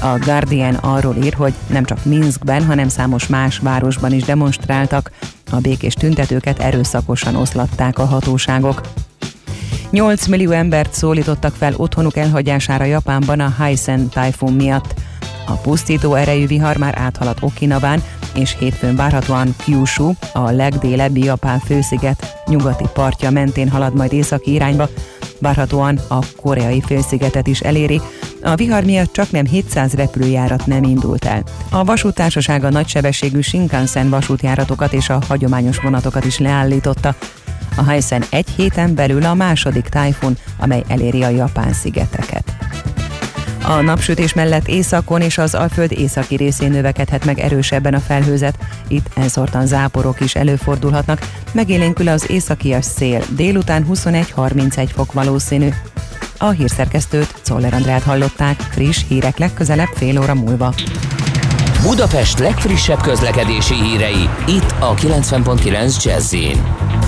A Guardian arról ír, hogy nem csak Minszkben, hanem számos más városban is demonstráltak. A békés tüntetőket erőszakosan oszlatták a hatóságok. 8 millió embert szólítottak fel otthonuk elhagyására Japánban a Haisen tájfun miatt. A pusztító erejű vihar már áthaladt Okinawán, és hétfőn várhatóan Kyushu, a legdélebbi japán fősziget nyugati partja mentén halad majd északi irányba, várhatóan a koreai félszigetet is eléri. A vihar miatt csaknem 700 repülőjárat nem indult el. A vasúttársaság a nagysebességű Shinkansen vasútjáratokat és a hagyományos vonatokat is leállította. A Haisen egy héten belül a második tájfun, amely eléri a japán szigeteket. A napsütés mellett északon és az Alföld északi részén növekedhet meg erősebben a felhőzet. Itt elszórtan záporok is előfordulhatnak, megélénkül az északias szél, délután 21-31 fok valószínű. A hírszerkesztőt, Czoller Andrát hallották, friss hírek legközelebb fél óra múlva. Budapest legfrissebb közlekedési hírei, itt a 90.9 Jazz-in.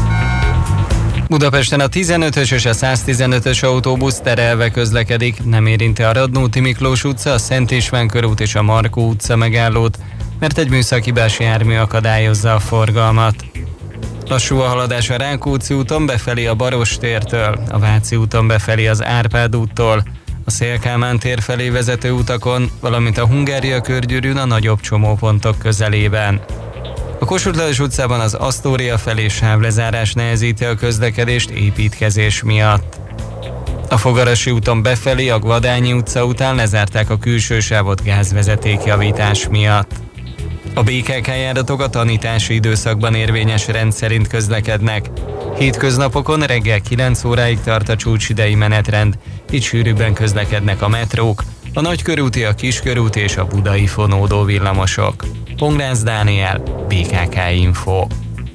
Budapesten a 15-ös és a 115-ös autóbusz terelve közlekedik, nem érinti a Radnóti Miklós utca, a Szent István körút és a Markó utca megállót, mert egy műszakibás jármű akadályozza a forgalmat. Lassú a haladás a Rákóczi úton befelé a Barostértől, a Váci úton befelé az Árpád úttól, a Széll-Kálmán tér felé vezető utakon, valamint a Hungária körgyűrűn a nagyobb csomópontok közelében. A Kossuth Lajos utcában az Asztória felé sávlezárás nehezíti a közlekedést építkezés miatt. A Fogarasi úton befelé a Gvadányi utca után lezárták a külső sávot gázvezetékjavítás miatt. A BKK járatok a tanítási időszakban érvényes rend szerint közlekednek. Hétköznapokon reggel 9 óráig tart a csúcsidei menetrend, itt sűrűbben közlekednek a metrók, a Nagykörúti, a Kiskörúti és a Budai fonódó villamosok. Pongrácz Dániel, BKK Info.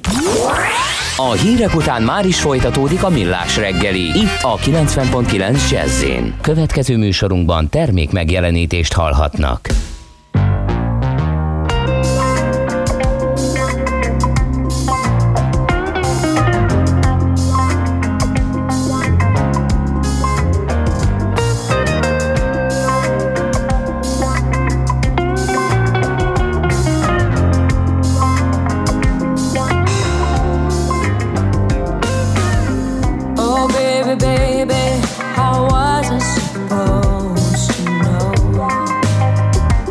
A hírek után már is folytatódik a Millás reggeli, itt a 90.9 Jazz-in. Következő műsorunkban termék megjelenítést hallhatnak. Baby, how was I supposed to know?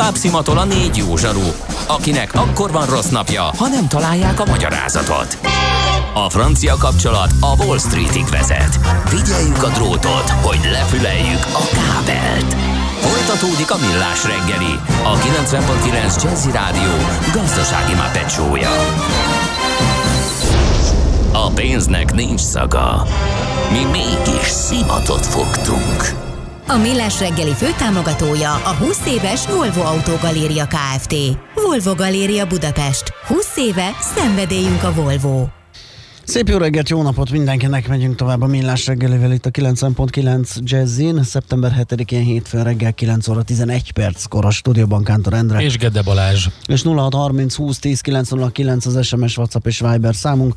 Tovább szimatol a 4 jó zsaru, akinek akkor van rossz napja, ha nem találják a magyarázatot. A francia kapcsolat a Wall Streetig vezet. Figyeljük a drótot, hogy lefüleljük a kábelt. Folytatódik a Millás reggeli, a 90.9 Jazzy Rádió gazdasági mápecsója. A pénznek nincs szaga. Mi mégis szimatot fogtunk. A Millás reggeli főtámogatója a 20 éves Volvo Autogaléria Kft. Volvo Galéria Budapest. 20 éve szenvedélyünk a Volvo. Szép jó reggelt, jó napot mindenkinek, megyünk tovább a Millás reggelivel itt a 90.9 Jazzin. Szeptember 7-én hétfőn reggel 9 óra 11 perckor a stúdióban Kántor Endre. És Gede Balázs. És 0630 20 10 909 az SMS, WhatsApp és Viber számunk.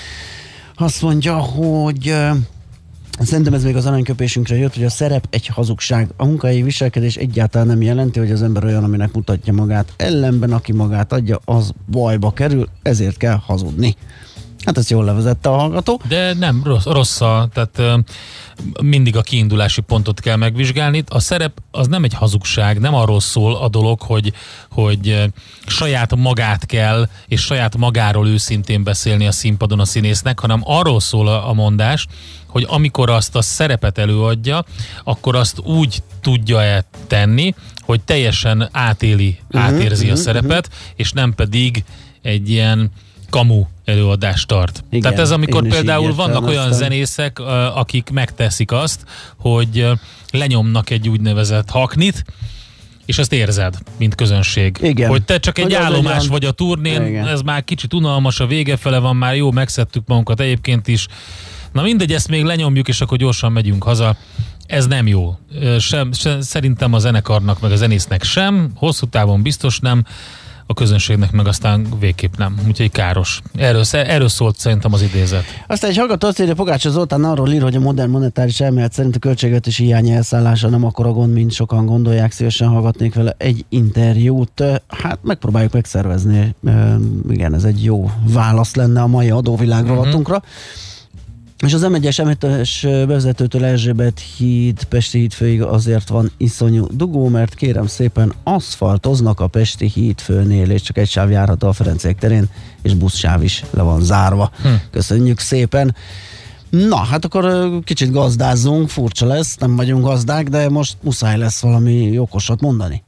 Azt mondja, hogy szerintem ez még az aranyköpésünkre jött, hogy a szerep egy hazugság. A munkahelyi viselkedés egyáltalán nem jelenti, hogy az ember olyan, aminek mutatja magát. Ellenben, aki magát adja, az bajba kerül, ezért kell hazudni. Hát ezt jól levezette a hallgató. De nem rossz, tehát mindig a kiindulási pontot kell megvizsgálni. A szerep az nem egy hazugság, nem arról szól a dolog, hogy saját magát kell, és saját magáról őszintén beszélni a színpadon a színésznek, hanem arról szól a mondás, hogy amikor azt a szerepet előadja, akkor azt úgy tudja-e tenni, hogy teljesen átérzi a szerepet, és nem pedig egy ilyen kamu előadást tart. Igen, tehát ez amikor például vannak olyan zenészek, akik megteszik azt, hogy lenyomnak egy úgynevezett haknit, és ezt érzed, mint közönség. Igen. Hogy te csak egy állomás vagy a turnén, igen. Ez már kicsit unalmas, a vége fele van, már jó, megszedtük magunkat egyébként is. Na mindegy, ezt még lenyomjuk, és akkor gyorsan megyünk haza. Ez nem jó. Szerintem a zenekarnak, meg a zenésznek sem, hosszú távon biztos nem, a közönségnek meg aztán végképp nem. Úgyhogy káros. Erről szólt szerintem az idézet. Aztán egy hallgató azt írja, Pogácsa Zoltán arról ír, hogy a modern monetáris elmélet szerint a költségvetési hiány elszállása nem akkora gond, mint sokan gondolják. Szívesen hallgatnék vele egy interjút. Hát megpróbáljuk megszervezni. Igen, ez egy jó válasz lenne a mai adóvilág rovatunkra. És az M1-es M7-es bevezetőtől Erzsébet híd, Pesti híd főig azért van iszonyú dugó, mert kérem szépen aszfaltoznak a Pesti híd főnél, és csak egy sáv járható a Ferenciek terén, és buszsáv is le van zárva. Köszönjük szépen! Na, hát akkor kicsit gazdázzunk, furcsa lesz, nem vagyunk gazdák, de most muszáj lesz valami okosat mondani.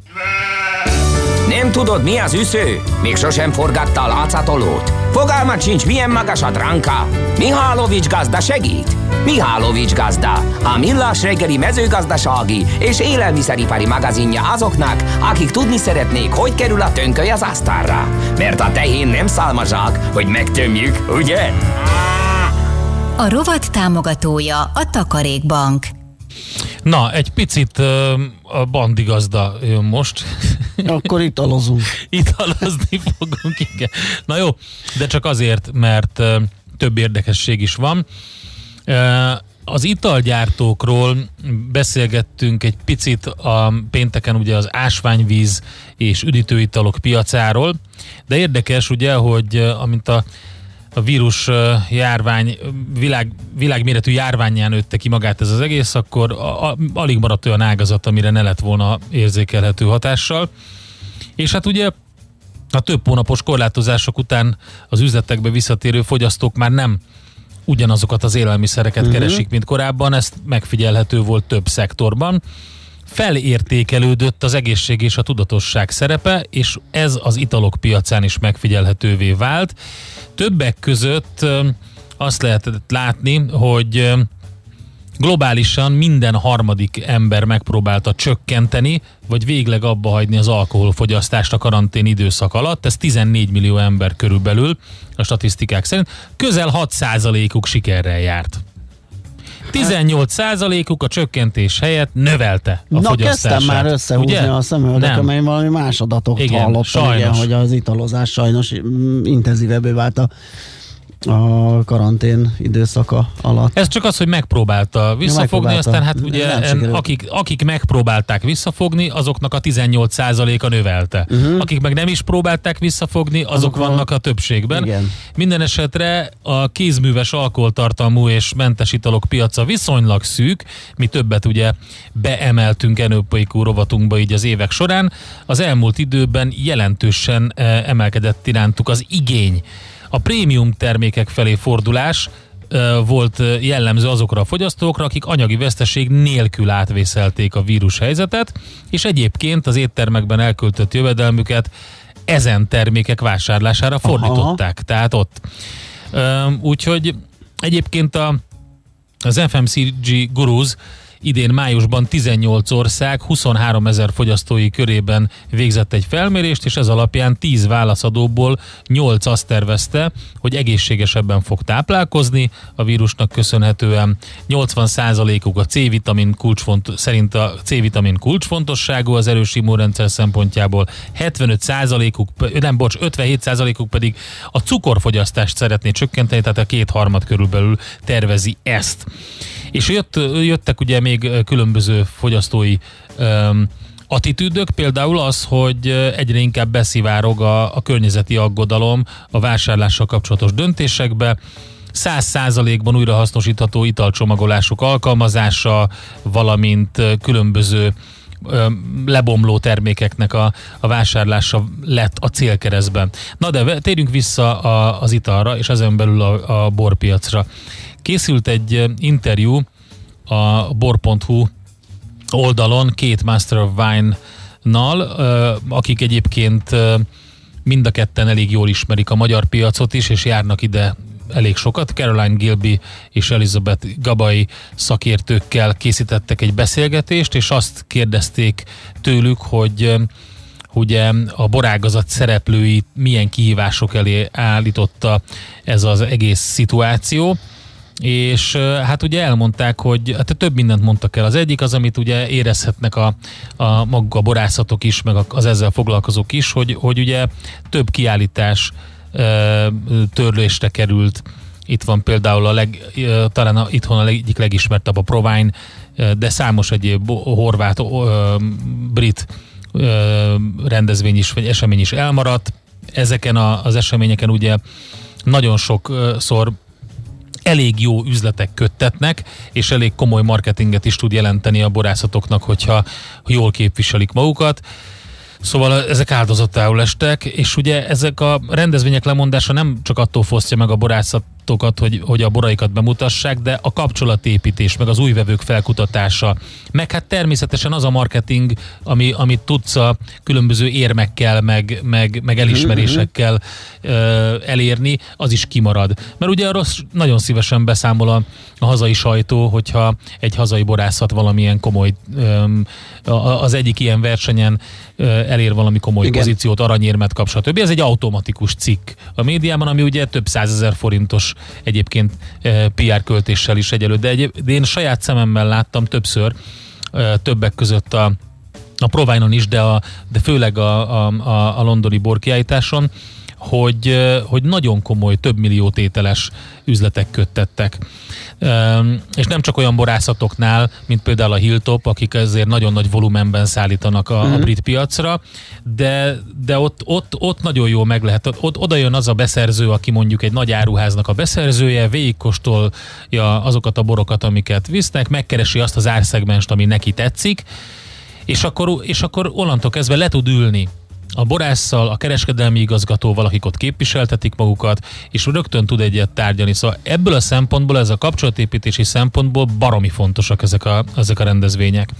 Nem tudod, mi az üsző? Még sosem forgatta a látszatolót? Fogalmat sincs, milyen magas a dránka? Mihálovics gazda segít? Mihálovics gazda, a Millás reggeli mezőgazdasági és élelmiszeripari magazinja azoknak, akik tudni szeretnék, hogy kerül a tönköly az asztalra. Mert a tehén nem szálmazsák, hogy megtömjük, ugye? A rovat támogatója a Takarékbank. Na, egy picit a bandigazda jön most. Akkor italozunk. Italozni fogunk, igen. Na jó, de csak azért, mert több érdekesség is van. Az italgyártókról beszélgettünk egy picit a pénteken ugye az ásványvíz és üdítőitalok piacáról, de érdekes ugye, hogy amint a vírus járvány, világméretű járványán nőtte ki magát ez az egész, akkor alig maradt olyan ágazat, amire ne lett volna érzékelhető hatással. És hát ugye a több hónapos korlátozások után az üzletekbe visszatérő fogyasztók már nem ugyanazokat az élelmiszereket keresik, mint korábban, ezt megfigyelhető volt több szektorban. Felértékelődött az egészség és a tudatosság szerepe, és ez az italok piacán is megfigyelhetővé vált. Többek között azt lehetett látni, hogy globálisan minden harmadik ember megpróbálta csökkenteni, vagy végleg abba hagyni az alkoholfogyasztást a karantén időszak alatt. Ez 14 millió ember körülbelül a statisztikák szerint. Közel 6%-uk sikerrel járt. 18%-uk a csökkentés helyett növelte a fogyasztását. Kezdtem már összehúzni a szemöldök, amely valami más adatot hallottam, igen, hogy az italozás sajnos intenzívebbé vált a karantén időszaka alatt. Ez csak az, hogy megpróbálta visszafogni, aztán hát ugye akik megpróbálták visszafogni, azoknak a 18%-a növelte. Akik meg nem is próbálták visszafogni, azok vannak a többségben. Igen. Minden esetre a kézműves alkoholtartalmú és mentes italok piaca viszonylag szűk, mi többet ugye beemeltünk NÖPIQ rovatunkba így az évek során. Az elmúlt időben jelentősen emelkedett irántuk az igény. A prémium termékek felé fordulás volt jellemző azokra a fogyasztókra, akik anyagi veszteség nélkül átvészelték a vírushelyzetet, és egyébként az éttermekben elköltött jövedelmüket ezen termékek vásárlására fordították. Tehát ott. Úgyhogy egyébként az FMCG Gurus idén májusban 18 ország 23 000 fogyasztói körében végzett egy felmérést, és ez alapján 10 válaszadóból 8 azt tervezte, hogy egészségesebben fog táplálkozni a vírusnak köszönhetően. 80%-uk a C-vitamin szerint a C-vitamin kulcsfontosságú az erős immunrendszer szempontjából, 57%-uk pedig a cukorfogyasztást szeretné csökkenteni, tehát a 2/3 körülbelül tervezi ezt. És jöttek ugye még különböző fogyasztói attitűdök, például az, hogy egyre inkább beszivárog a környezeti aggodalom a vásárlással kapcsolatos döntésekbe, 100%-ban újrahasznosítható italcsomagolások alkalmazása, valamint különböző lebomló termékeknek a vásárlása lett a célkeresztben. Na de térjünk vissza az italra, és ezen belül a borpiacra. Készült egy interjú a bor.hu oldalon két Master of Wine-nal, akik egyébként mind a ketten elég jól ismerik a magyar piacot is, és járnak ide elég sokat. Caroline Gilby és Elizabeth Gabai szakértőkkel készítettek egy beszélgetést, és azt kérdezték tőlük, hogy ugye a borágazat szereplői milyen kihívások elé állította ez az egész szituáció, és hát ugye elmondták, hogy hát több mindent mondtak el. Az egyik az, amit ugye érezhetnek maguk a borászatok is, meg az ezzel foglalkozók is, hogy ugye több kiállítás törlésre került. Itt van például talán itthon egyik legismertebb a ProWine, de számos egyéb horvát, brit rendezvény is, vagy esemény is elmaradt. Ezeken az eseményeken ugye nagyon sokszor elég jó üzletek köttetnek, és elég komoly marketinget is tud jelenteni a borászatoknak, hogyha jól képviselik magukat. Szóval ezek áldozatául estek, és ugye ezek a rendezvények lemondása nem csak attól fosztja meg a borászatokat, hogy a boraikat bemutassák, de a kapcsolatépítés, meg az új vevők felkutatása, meg hát természetesen az a marketing, amit tudsz a különböző érmekkel, meg elismerésekkel elérni, az is kimarad. Mert ugye arról nagyon szívesen beszámol a hazai sajtó, hogyha egy hazai borászat valamilyen komoly, az egyik ilyen versenyen elér valami komoly pozíciót, aranyérmet kap, stb. Ez egy automatikus cikk a médiában, ami ugye több 100 000 forintos egyébként PR költéssel is egyelő. De én saját szememmel láttam többször, többek között a ProWine-on is, de főleg a londoni borkiállításon, hogy nagyon komoly, több millió tételes üzletek köttettek. És nem csak olyan borászatoknál, mint például a Hilltop, akik ezért nagyon nagy volumenben szállítanak a brit piacra, de ott nagyon jól meg lehet. Oda jön az a beszerző, aki mondjuk egy nagy áruháznak a beszerzője, végigkóstolja azokat a borokat, amiket visznek, megkeresi azt az árszegmenst, ami neki tetszik, és akkor onnantól kezdve le tud ülni a borásszal, a kereskedelmi igazgatóval, akik ott képviseltetik magukat, és rögtön tud egyet tárgyalni. Szóval ebből a szempontból, ez a kapcsolatépítési szempontból baromi fontosak ezek a rendezvények.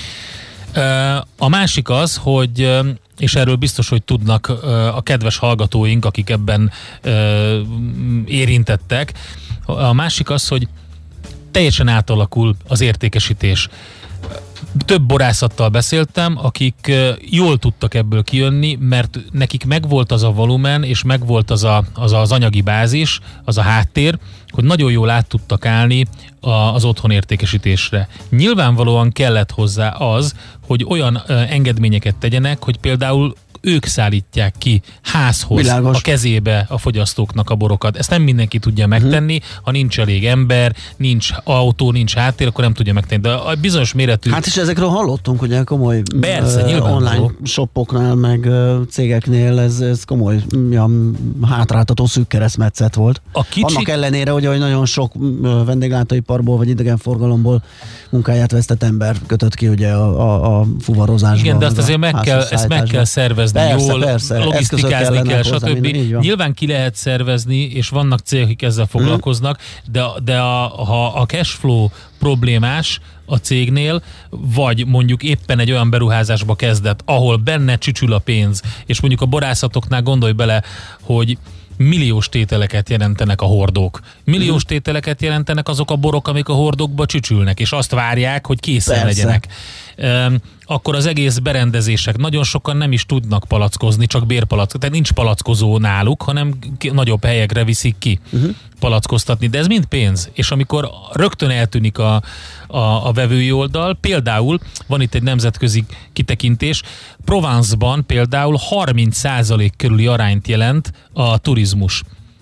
A másik az, hogy, és erről biztos, hogy tudnak a kedves hallgatóink, akik ebben érintettek, a másik az, hogy teljesen átalakul az értékesítés. Több borászattal beszéltem, akik jól tudtak ebből kijönni, mert nekik megvolt az a volumen, és megvolt az anyagi bázis, az a háttér, hogy nagyon jól át tudtak állni az otthon értékesítésre. Nyilvánvalóan kellett hozzá az, hogy olyan engedményeket tegyenek, hogy például ők szállítják ki házhoz, Világos. a kezébe a fogyasztóknak a borokat. Ezt nem mindenki tudja megtenni, ha nincs elég ember, nincs autó, nincs háttér, akkor nem tudja megtenni. De a bizonyos méretű... Hát és ezekről hallottunk, ugye komoly Persze, online shopoknál, meg cégeknél ez komoly hátráltató szűk keresztmetszet volt. Annak ellenére, hogy nagyon sok vendéglátóiparból vagy idegenforgalomból munkáját vesztett ember kötött ki ugye a fuvarozásban. Igen, de azt azért meg kell szervezni jól, logisztikázni kell, stb. Nyilván ki lehet szervezni, és vannak cégek, akik ezzel foglalkoznak, de ha a cashflow problémás a cégnél, vagy mondjuk éppen egy olyan beruházásba kezdett, ahol benne csücsül a pénz, és mondjuk a borászatoknál gondolj bele, hogy milliós tételeket jelentenek a hordók. Milliós tételeket jelentenek azok a borok, amik a hordókba csücsülnek, és azt várják, hogy készen legyenek. Akkor az egész berendezések, nagyon sokan nem is tudnak palackozni, csak bérpalackozni. Tehát nincs palackozó náluk, hanem nagyobb helyekre viszik ki palackoztatni. De ez mind pénz. És amikor rögtön eltűnik a vevői oldal, például van itt egy nemzetközi kitekintés, Provence-ban például 30% körüli arányt jelent a turizmus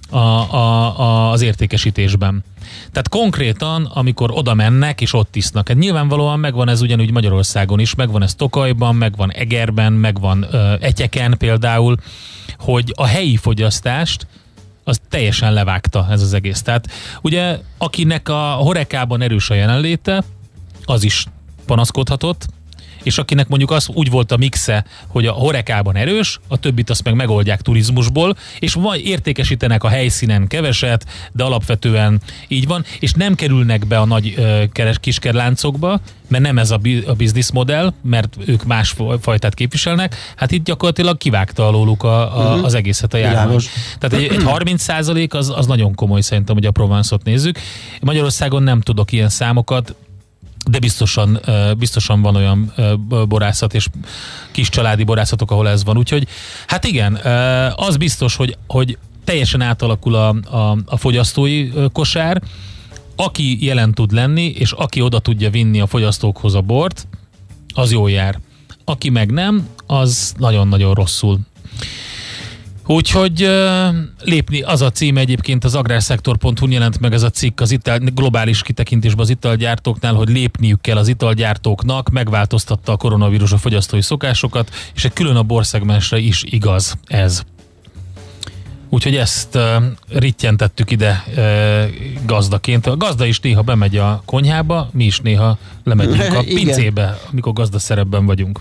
az értékesítésben. Tehát konkrétan, amikor oda mennek és ott isznak. Hát nyilvánvalóan megvan ez ugyanúgy Magyarországon is, megvan ez Tokajban, megvan Egerben, megvan Etyeken például, hogy a helyi fogyasztást az teljesen levágta ez az egész. Tehát ugye akinek a Horekában erős a jelenléte, az is panaszkodhatott, és akinek mondjuk az úgy volt a mixe, hogy a Horekában erős, a többit azt meg megoldják turizmusból, és vagy értékesítenek a helyszínen keveset, de alapvetően így van, és nem kerülnek be a nagy kiskerláncokba, mert nem ez a bizniszmodell, mert ők más fajtát képviselnek, hát itt gyakorlatilag kivágta alóluk az egészet a járvány. Tehát egy 30% az nagyon komoly szerintem, hogy a Provence-ot nézzük. Magyarországon nem tudok ilyen számokat, de biztosan van olyan borászat és kis családi borászatok, ahol ez van. Úgyhogy hát igen, az biztos, hogy teljesen átalakul a fogyasztói kosár. Aki jelen tud lenni, és aki oda tudja vinni a fogyasztókhoz a bort, az jól jár. Aki meg nem, az nagyon-nagyon rosszul. Úgyhogy lépni, az a címe egyébként az agrárszektor.hu jelent meg ez a cikk az globális kitekintésben az italgyártóknál, hogy lépniük kell az italgyártóknak, megváltoztatta a koronavírus a fogyasztói szokásokat, és egy külön a borszegmensre is igaz ez. Úgyhogy ezt rittyentettük ide gazdaként. A gazda is néha bemegy a konyhába, mi is néha lemegyünk a pincébe, amikor gazdaszerepben vagyunk.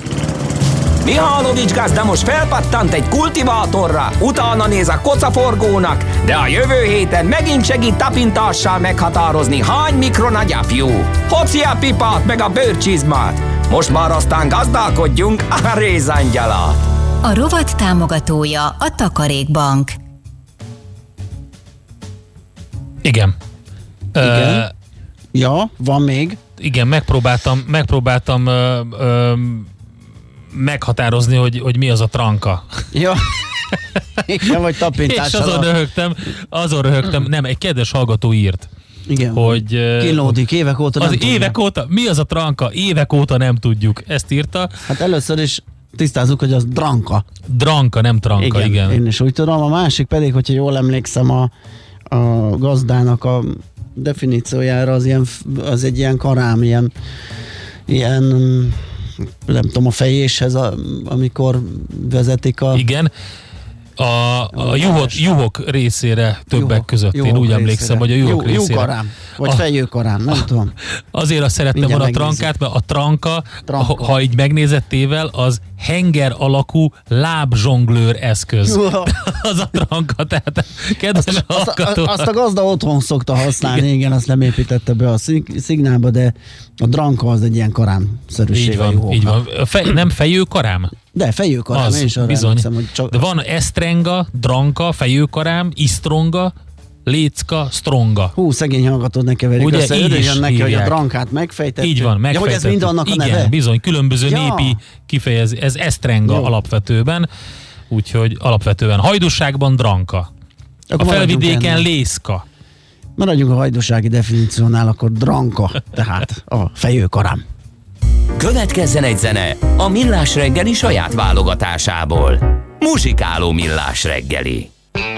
Mihálovics gazda most felpattant egy kultivátorra, utána néz a kocaforgónak, de a jövő héten megint segít tapintással meghatározni, hány mikron a gyapjú. Hoci a pipát meg a bőrcsizmát. Most már aztán gazdálkodjunk a rézangyalát. A rovat támogatója a Takarékbank. Igen. Ja, van még. Igen, megpróbáltam meghatározni, hogy mi az a tranka. Ja. Igen, vagy tapintással. És azon röhögtem, nem, egy kedves hallgató írt. Igen, hogy kínlódik, évek óta nem tudja. Évek óta, mi az a tranka? Évek óta nem tudjuk. Ezt írta. Hát először is tisztázzuk, hogy az dranka. Dranka, nem tranka, igen. Én is úgy tudom. A másik pedig, hogyha jól emlékszem a gazdának a definíciójára, az egy ilyen karám, ilyen nem tudom, a fejéshez, amikor vezetik a... Igen. A juhok részére többek között. Én úgy emlékszem, hogy a juhok részére. Juhkarám, vagy fejőkarám, nem tudom. Azért szerettem volna a trankát, mert a tranka, ha így megnézettével, az henger alakú lábzsonglőr eszköz. Az a tranka, tehát kedves hallgató. Azt a gazda otthon szokta használni, igen, azt nem építette be a szignálba, de a dranka az egy ilyen karám-szerűség. Így van. Nem fejőkarám? De fejőkarám, én is arra emlékszem, hogy csak... De van esztrenga, dranka, fejőkarám, isztronga, lécka, stronga. Szegény hallgatód, ne keverjük. Ugye össze, így is neki, hívják. hogy a drankát megfejtettük. Így van, megfejtettük. Ja, hogy ez mind annak a neve? Igen, bizony, különböző népi kifejezés. Ez esztrenga alapvetőben, úgyhogy alapvetően hajdúságban dranka. Akkor a felvidéken lészka. Maradjunk a hajdúsági definíciónál, akkor dranka, tehát a fejőkarám. Következzen egy zene a Millás reggeli saját válogatásából. Muzsikáló Millás reggeli.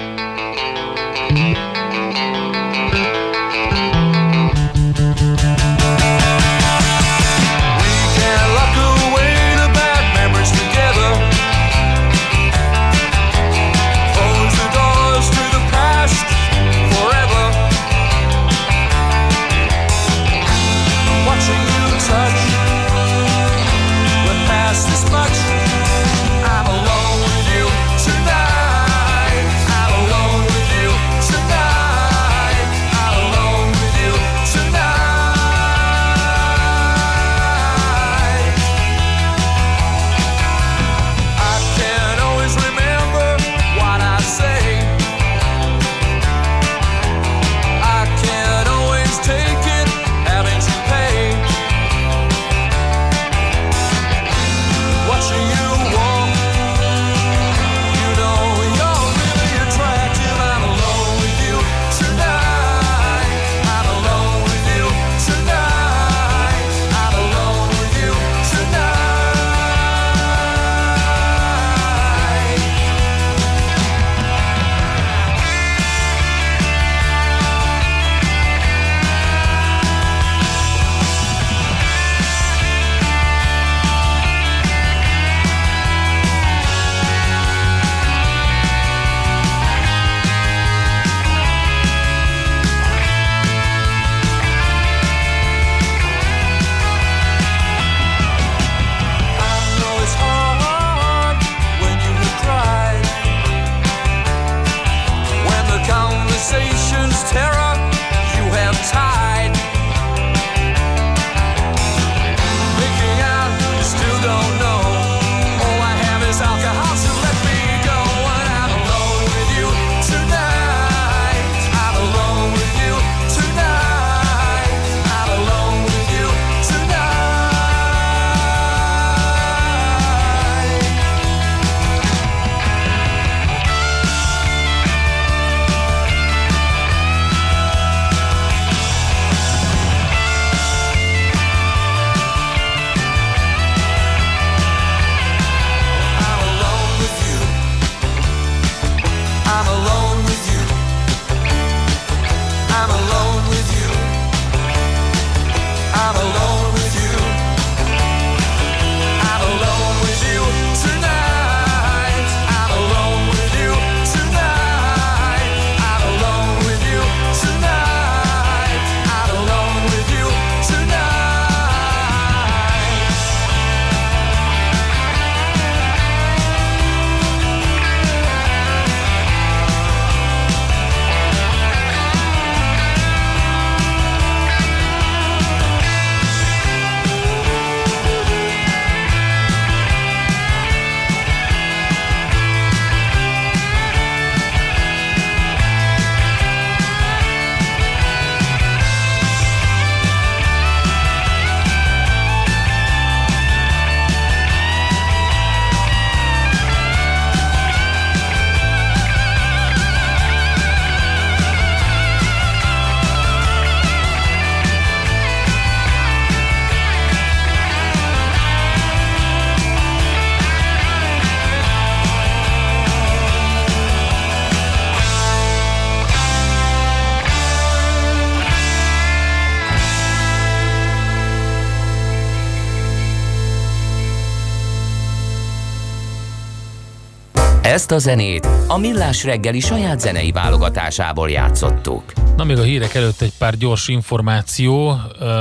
Ezt a zenét a Millás reggeli saját zenei válogatásából játszottuk. Na, még a hírek előtt egy pár gyors információ.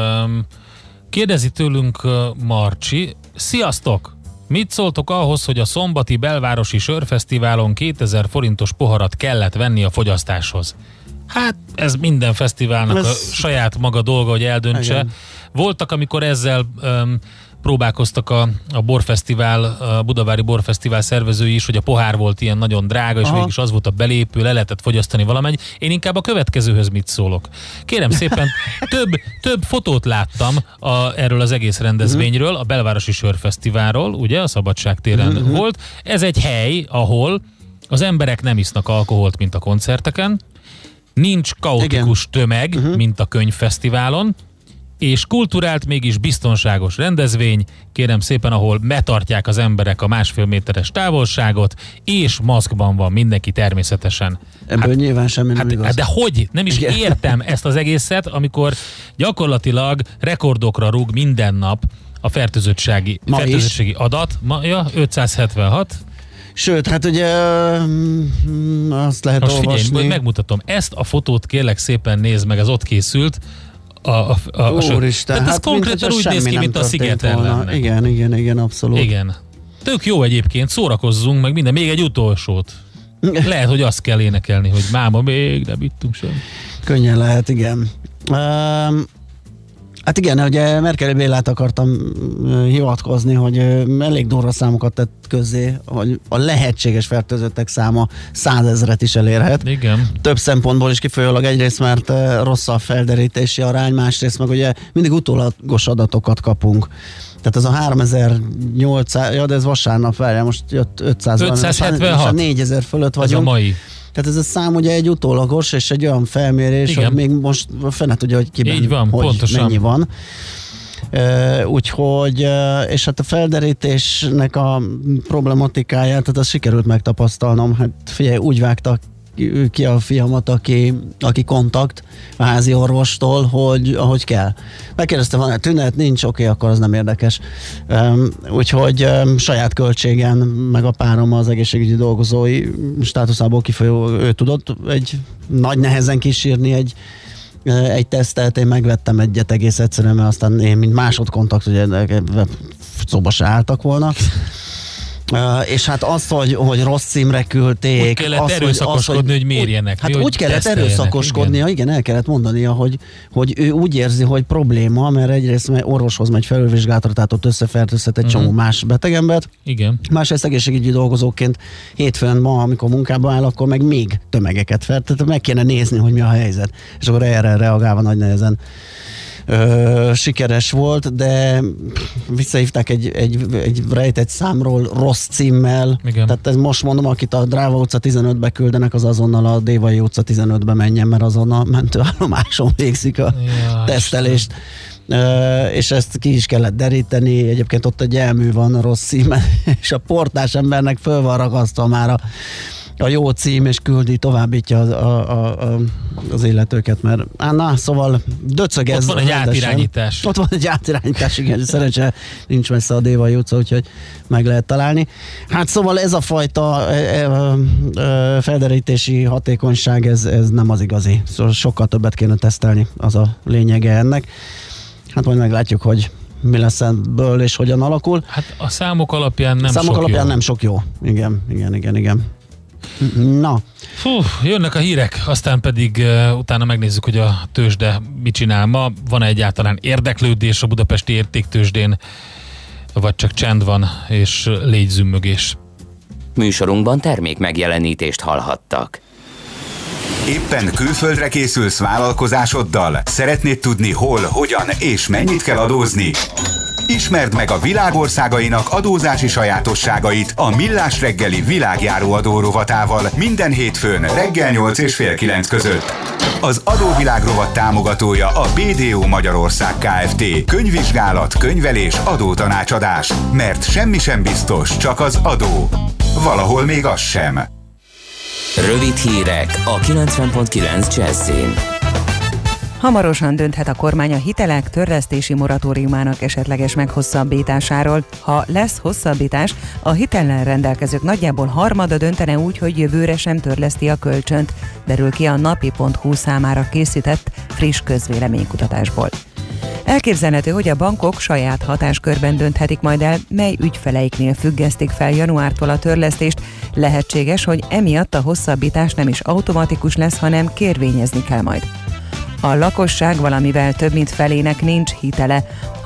Kérdezi tőlünk Marcsi. Sziasztok! Mit szóltok ahhoz, hogy a szombati belvárosi sörfesztiválon 2000 forintos poharat kellett venni a fogyasztáshoz? Hát ez minden fesztiválnak a saját maga dolga, hogy eldöntse. Igen. Voltak, amikor ezzel próbálkoztak a borfesztivál, a Budavári Borfesztivál szervezői is, hogy a pohár volt ilyen nagyon drága, és mégis az volt a belépő, le lehetett fogyasztani valamennyi. Én inkább a következőhöz mit szólok. Kérem szépen, több fotót láttam erről az egész rendezvényről, a Belvárosi Sörfesztiválról, ugye, a Szabadság téren volt. Ez egy hely, ahol az emberek nem isznak alkoholt, mint a koncerteken, nincs kaotikus tömeg, mint a könyvfesztiválon, és kulturált, mégis biztonságos rendezvény, kérem szépen, ahol betartják az emberek a 1,5 méteres távolságot, és maszkban van mindenki természetesen. Ebből nyilván semmi nem igaz. De hogy? Nem is értem ezt az egészet, amikor gyakorlatilag rekordokra rúg minden nap a fertőzöttségi adat. Ma 576. Sőt, hát ugye azt lehet most olvasni. Figyelj, megmutatom. Ezt a fotót kérlek szépen nézd meg, az ott készült. Úristen, tehát ez konkrétan úgy néz ki, mint a Szigeten lenne. Igen, abszolút. Igen. Tök jó egyébként, szórakozzunk meg minden. Még egy utolsót. Lehet, hogy azt kell énekelni, hogy máma, még nem ittunk sem. Könnyen lehet, igen. Hát igen, ugye Merkeli Bélát akartam hivatkozni, hogy elég durva számokat tett közzé, hogy a lehetséges fertőzöttek száma 100 000-et is elérhet. Igen. Több szempontból is kifolyólag, egyrészt mert rossz a felderítési arány, másrészt meg ugye mindig utólagos adatokat kapunk. Tehát ez a 3800, de ez vasárnap, várjál, most jött 576. 4000 fölött vagyunk. Ez a mai. Tehát ez a szám ugye egy utólagos és egy olyan felmérés, igen, hogy még most fene tudja, hogy kiben, így van, hogy pontosan. Mennyi van. Úgyhogy, és hát a felderítésnek a problematikáját, tehát azt sikerült megtapasztalnom. Hát figyelj, úgy vágtak ki a fiamat, aki kontakt a házi orvostól, hogy ahogy kell. Megkérdezte, van-e tünet, nincs, oké, akkor az nem érdekes. Úgyhogy saját költségen, meg a párom az egészségügyi dolgozói státuszából kifolyó, ő tudott egy nagy nehezen kísírni egy tesztet, én megvettem egyet egész egyszerűen, mert aztán én, mint másodkontakt, ugye szóba se álltak volna. És hát azt, hogy rossz címre küldték. Úgy kellett erőszakoskodni, hogy mérjenek. Hát úgy kellett erőszakoskodnia, igen, el kellett mondania, hogy ő úgy érzi, hogy probléma, mert egyrészt orvoshoz megy felülvizsgálatra, tehát ott összefertőzhet egy csomó más betegembert. Igen. Másrészt egészségügyi dolgozóként hétfőn ma, amikor munkába áll, akkor meg még tömegeket tehát meg kéne nézni, hogy mi a helyzet. És akkor erre reagálva nagy nehezen sikeres volt, de visszahívták egy rejtett számról rossz címmel. Igen. Tehát ez most mondom, akit a Dráva utca 15-be küldenek, az azonnal a Dévai utca 15-be menjen, mert azon a mentőállomáson végzik a tesztelést. És ezt ki is kellett deríteni, egyébként ott egy elmű van rossz címen, és a portás embernek föl van ragasztva már a jó cím, és küldi, továbbítja az illetőket, mert szóval döcög ez. Ott van egy átirányítás. Ott van egy átirányítás, igen, szerencsére nincs messze a Dévai utca, úgyhogy meg lehet találni. Hát szóval ez a fajta felderítési hatékonyság, ez nem az igazi. Szóval sokkal többet kéne tesztelni, az a lényege ennek. Hát majd meglátjuk, hogy mi lesz ebből, és hogyan alakul. Hát a számok alapján nem sok jó. Igen. Na. Jönnek a hírek, aztán pedig utána megnézzük, hogy a tőzsde mit csinál ma. Van-e egyáltalán érdeklődés a budapesti értéktőzsdén, vagy csak csend van és légyzümmögés? Műsorunkban termék megjelenítést hallhattak. Éppen külföldre készülsz vállalkozásoddal? Szeretnéd tudni hol, hogyan és mennyit kell adózni? Ismerd meg a világ országainak adózási sajátosságait a Millás reggeli világjáró adó rovatával minden hétfőn reggel 8 és fél 9 között. Az adóvilág rovat támogatója a BDO Magyarország Kft. Könyvvizsgálat, könyvelés, adótanácsadás. Mert semmi sem biztos, csak az adó. Valahol még az sem. Rövid hírek a 90.9 Jazzin. Hamarosan dönthet a kormány a hitelek törlesztési moratóriumának esetleges meghosszabbításáról. Ha lesz hosszabbítás, a hitellel rendelkezők nagyjából harmada döntene úgy, hogy jövőre sem törleszti a kölcsönt, derül ki a napi.hu számára készített friss közvéleménykutatásból. Elképzelhető, hogy a bankok saját hatáskörben dönthetik majd el, mely ügyfeleiknél függesztik fel januártól a törlesztést. Lehetséges, hogy emiatt a hosszabbítás nem is automatikus lesz, hanem kérvényezni kell majd. A lakosság valamivel több mint felének nincs hitele.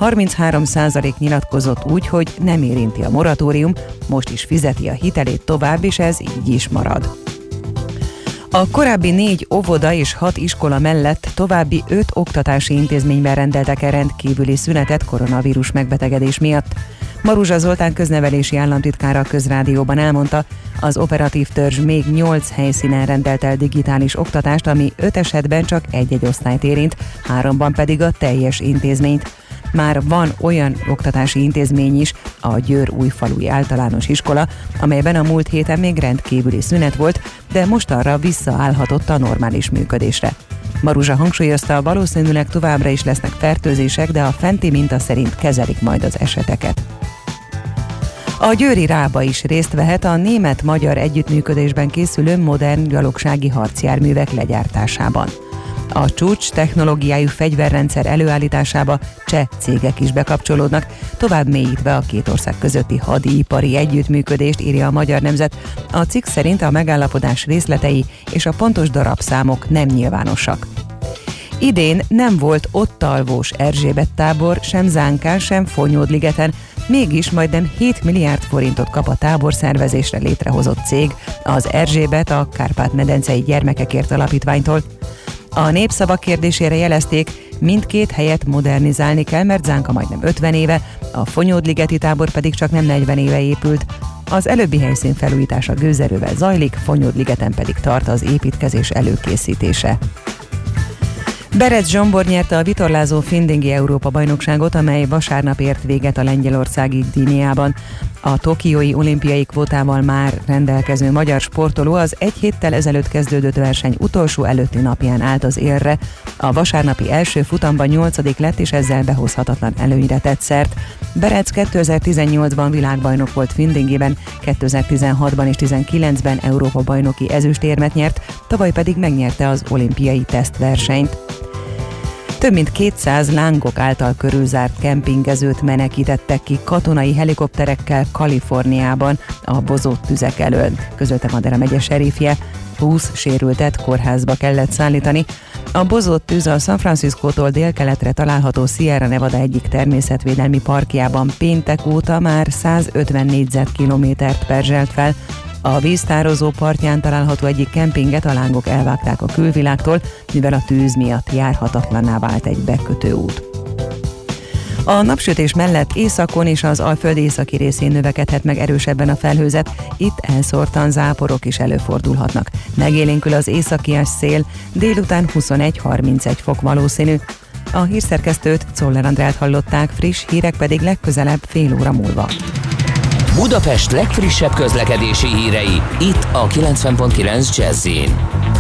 33% nyilatkozott úgy, hogy nem érinti a moratórium, most is fizeti a hitelét tovább, és ez így is marad. A korábbi 4 óvoda és 6 iskola mellett további 5 oktatási intézményben rendeltek el rendkívüli szünetet koronavírus megbetegedés miatt. Maruzsa Zoltán köznevelési államtitkára a Közrádióban elmondta, az operatív törzs még 8 helyszínen rendelt el digitális oktatást, ami 5 esetben csak egy-egy osztályt érint, 3-ban pedig a teljes intézményt. Már van olyan oktatási intézmény is, a Győr-Újfalui Általános Iskola, amelyben a múlt héten még rendkívüli szünet volt, de mostanra visszaállhatott a normális működésre. Maruzsa hangsúlyozta, valószínűleg továbbra is lesznek fertőzések, de a fenti minta szerint kezelik majd az eseteket. A győri Rába is részt vehet a német-magyar együttműködésben készülő modern gyalogsági harcjárművek legyártásában. A csúcs technológiájú fegyverrendszer előállításába cseh cégek is bekapcsolódnak, tovább mélyítve a két ország közötti hadipari együttműködést, írja a Magyar Nemzet. A cikk szerint a megállapodás részletei és a pontos darabszámok nem nyilvánosak. Idén nem volt ott alvós Erzsébet tábor, sem Zánkán, sem Fonyódligeten, mégis majdnem 7 milliárd forintot kap a táborszervezésre létrehozott cég, az Erzsébet a Kárpát-medencei Gyermekekért Alapítványtól. A Népszava kérdésére jelezték, mindkét helyet modernizálni kell, mert Zánka majdnem 50 éve, a Fonyódligeti tábor pedig csak nem 40 éve épült. Az előbbi helyszín felújítása gőzerővel zajlik, Fonyódligeten pedig tart az építkezés előkészítése. Berec Zsombor nyerte a vitorlázó Findingi Európa-bajnokságot, amely vasárnap ért véget a lengyelországi Gdyniában. A tokiói olimpiai kvótával már rendelkező magyar sportoló az egy héttel ezelőtt kezdődött verseny utolsó előtti napján állt az élre. A vasárnapi első futamban 8. lett, és ezzel behozhatatlan előnyre tett szert. Berec 2018-ban világbajnok volt Findingiben, 2016-ban és 2019-ben Európa-bajnoki ezüstérmet nyert, tavaly pedig megnyerte az olimpiai tesztversenyt. Több mint 200 lángok által körülzárt kempingezőt menekítettek ki katonai helikopterekkel Kaliforniában a bozott tüzek elől, közölte Madera megye seriffje. 20 sérültet kórházba kellett szállítani. A bozott tűz a San Franciscótól délkeletre található Sierra Nevada egyik természetvédelmi parkjában péntek óta már 150 négyzetkilométert perzselt fel. A víztározó partján található egyik kempinget a lángok elvágták a külvilágtól, mivel a tűz miatt járhatatlanná vált egy bekötő út. A napsütés mellett északon és az Alföld északi részén növekedhet meg erősebben a felhőzet, itt elszórtan záporok is előfordulhatnak. Megélénkül az északias szél, délután 21-31 fok valószínű. A hírszerkesztőt, Czoller Andrát hallották, friss hírek pedig legközelebb fél óra múlva. Budapest legfrissebb közlekedési hírei, itt a 90.9 Jazz-in.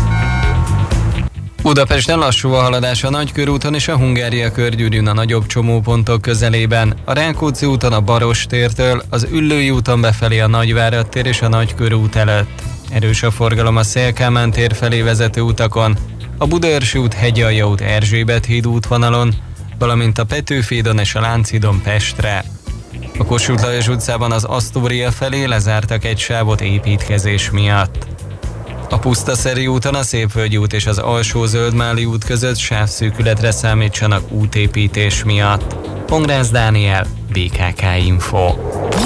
Budapesten lassú a haladás a Nagykörúton és a Hungária körgyűrűn a nagyobb csomópontok közelében, a Rákóczi úton a Barostértől, az Üllői úton befelé a Nagyvárad tér és a Nagykörút előtt. Erős a forgalom a Széll-Kálmán tér felé vezető utakon, a Budaörsi út, Hegyalja út, Erzsébet híd útvonalon, valamint a Petőfi hídon és a Lánchídon Pestre. A Kossuth Lajos utcában az Asztória felé lezártak egy sávot építkezés miatt. A Pusztaszeri úton a Szépvölgyi út és az Alsó Zöldmáli út között sávszűkületre számítsanak útépítés miatt. Pongrász Dániel, BKK Info.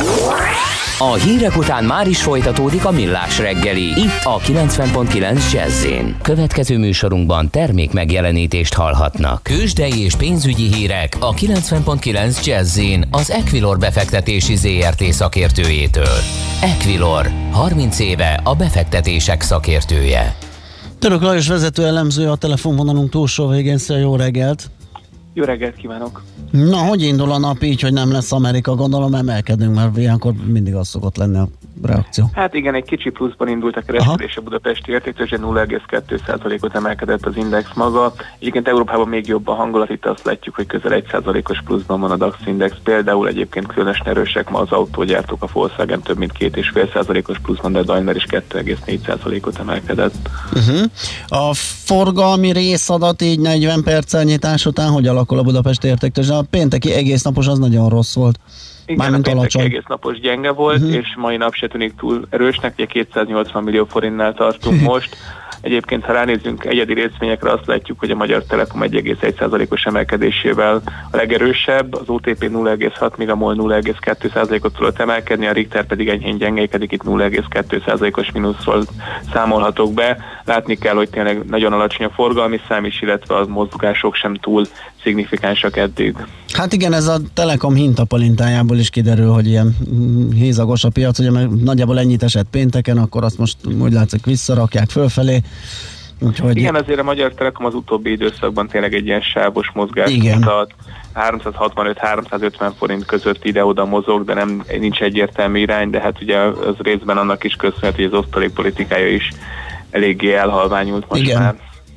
A hírek után már is folytatódik a Millás reggeli, itt a 90.9 Jazz-in. Következő műsorunkban termék megjelenítést hallhatnak. Tőzsdei és pénzügyi hírek a 90.9 Jazz-in az Equilor befektetési ZRT szakértőjétől. Equilor, 30 éve a befektetések szakértője. Török Lajos vezető elemző a telefonvonalunk túlsó végén. Szia, jó reggelt! Jó reggelt kívánok! Na, hogy indul a nap így, hogy nem lesz Amerika? Gondolom emelkedünk, mert ilyenkor mindig az szokott lenni a reakció. Hát igen, egy kicsi pluszban indult a kereskedés a budapesti értéktőzsdén, 0,2%-ot emelkedett az index maga. Egyébként Európában még jobb a hangulat, itt azt látjuk, hogy közel 1%-os pluszban van a DAX index. Például egyébként különösen erősek ma az autógyártók, a Volkswagen több mint 2,5%-os pluszban, de a Daimler is 2,4%-ot emelkedett. A forgalmi részadat így 40 perccel nyitás után hogy alakul a budapesti értéktőzsdén? A pénteki egész napos az nagyon rossz volt. Igen, a péntek egész napos gyenge volt, és mai nap se tűnik túl erősnek, ugye 280 millió forintnál tartunk most. Egyébként, ha ránézzünk egyedi részvényekre, azt látjuk, hogy a Magyar Telekom 1,1%-os emelkedésével a legerősebb, az OTP 0,6, míg a MOL 0,2%-ot tudott emelkedni, a Richter pedig enyhén gyengékedik, itt 0,2%-os mínuszról számolhatok be. Látni kell, hogy tényleg nagyon alacsony a forgalmi szám is, illetve a mozgások sem túl szignifikánsak eddig. Hát igen, ez a Telekom hintapalintájából is kiderül, hogy ilyen hézagos a piac, ugye mert nagyjából ennyit esett pénteken, akkor azt most úgy látszik visszarakják fölfelé. Úgyhogy... Igen, azért a Magyar Telekom az utóbbi időszakban tényleg egy ilyen sávos mozgást mutat. 365-350 forint között ide-oda mozog, de nincs egyértelmű irány, de hát ugye az részben annak is köszönhető, hogy az osztalék politikája is eléggé elhalványult most igen. már.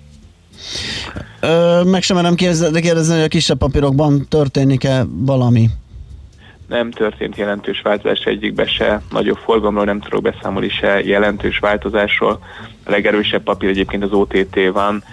Meg sem merem kérdezni, hogy a kisebb papírokban történik-e valami? Nem történt jelentős változás egyikbe se, nagyobb forgalomról nem tudok beszámolni se jelentős változásról. A legerősebb papír egyébként az OTT van,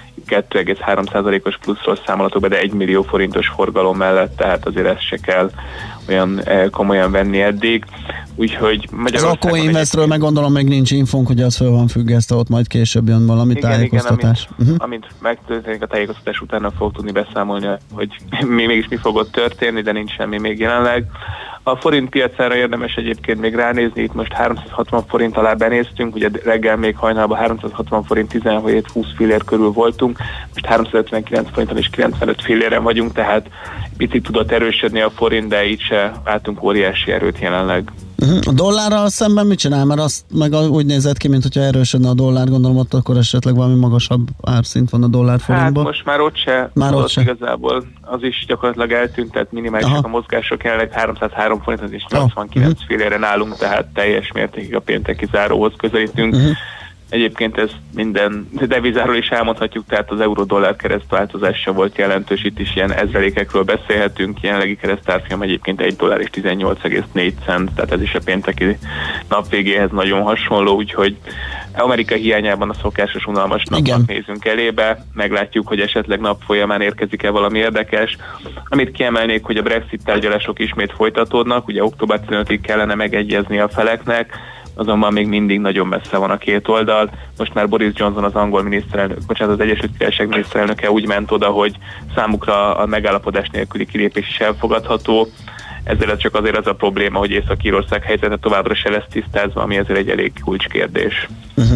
2,3%-os pluszról számolhatok be, de 1 millió forintos forgalom mellett, tehát azért ezt se kell olyan komolyan venni eddig. Úgyhogy az Akko Investről meg gondolom még nincs infónk, hogy az föl van függesztve, ott majd később jön valami tájékoztatás. Igen, amint megtörténik a tájékoztatás, utána fog tudni beszámolni, hogy mégis mi fog ott történni, de nincs semmi még jelenleg. A forint piacára érdemes egyébként még ránézni, itt most 360 forint alá benéztünk, ugye reggel még hajnalban 360 forint 17-20 fillér körül voltunk, most 359 forinton és 95 filléren vagyunk, tehát picit tudott erősödni a forint, de így se látunk óriási erőt jelenleg. A dollárral szemben mit csinál? Mert azt meg úgy nézett ki, mint hogyha erősödne a dollár, gondolom ott akkor esetleg valami magasabb árszint van a dollár forintban. Hát most már ott se. Igazából az is gyakorlatilag eltűnt, tehát minimálisak a mozgások, jelenleg 303 forint és 89 filléren állunk, tehát teljes mértékig a pénteki záróhoz közelítünk. Egyébként ez minden devizáról is elmondhatjuk, tehát az euró-dollár keresztváltozás sem volt jelentős, itt is ilyen ezrelékekről beszélhetünk, jelenlegi keresztárfolyam egyébként $1 és 18,4 cent, tehát ez is a pénteki nap végéhez nagyon hasonló, úgyhogy Amerika hiányában a szokásos unalmas napnak nézünk elébe, meglátjuk, hogy esetleg nap folyamán érkezik-e valami érdekes. Amit kiemelnék, hogy a Brexit tárgyalások ismét folytatódnak, ugye október 15-ig kellene megegyezni a feleknek, azonban még mindig nagyon messze van a két oldal. Most már Boris Johnson, az angol miniszterelnök, az Egyesült Királyság miniszterelnöke úgy ment oda, hogy számukra a megállapodás nélküli kilépés is elfogadható. Ezzel csak azért az a probléma, hogy Észak-Írország helyzete továbbra se lesz tisztázva, ami ezért egy elég kulcskérdés.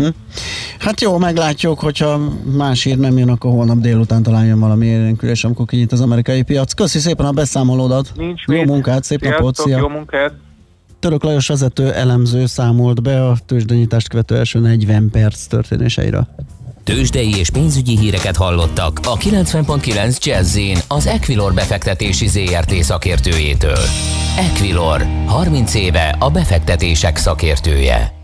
Hát jó, meglátjuk, hogyha más hír nem jön, akkor holnap délután talán jön valami élénkülés, amikor kinyit az amerikai piac. Köszi szépen a beszámolódat. Jó munkát, szép napot, szia! Jó munkát! Török Lajos vezető elemző számolt be a tőzsdenyitást követő első 40 perc történéseiről. Tőzsdei és pénzügyi híreket hallottak a 90.9 Jazz-in az Equilor befektetési ZRT szakértőjétől. Equilor, 30 éve a befektetések szakértője.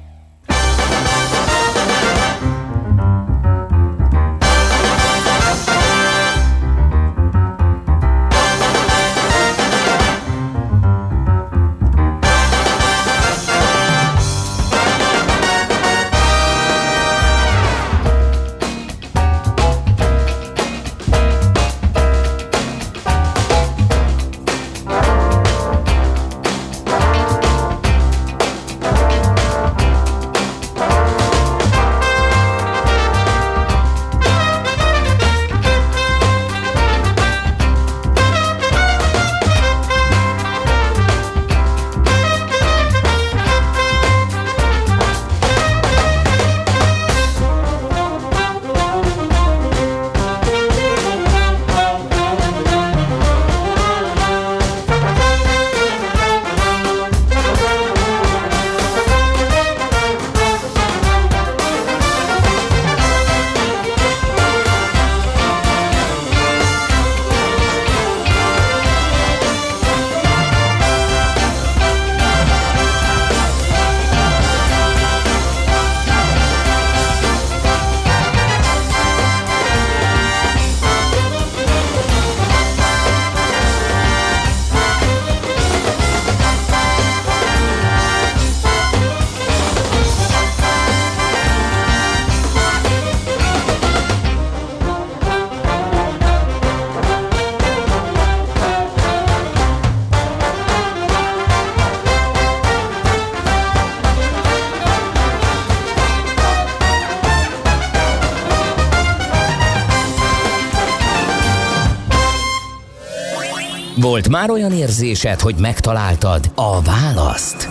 Volt már olyan érzésed, hogy megtaláltad a választ?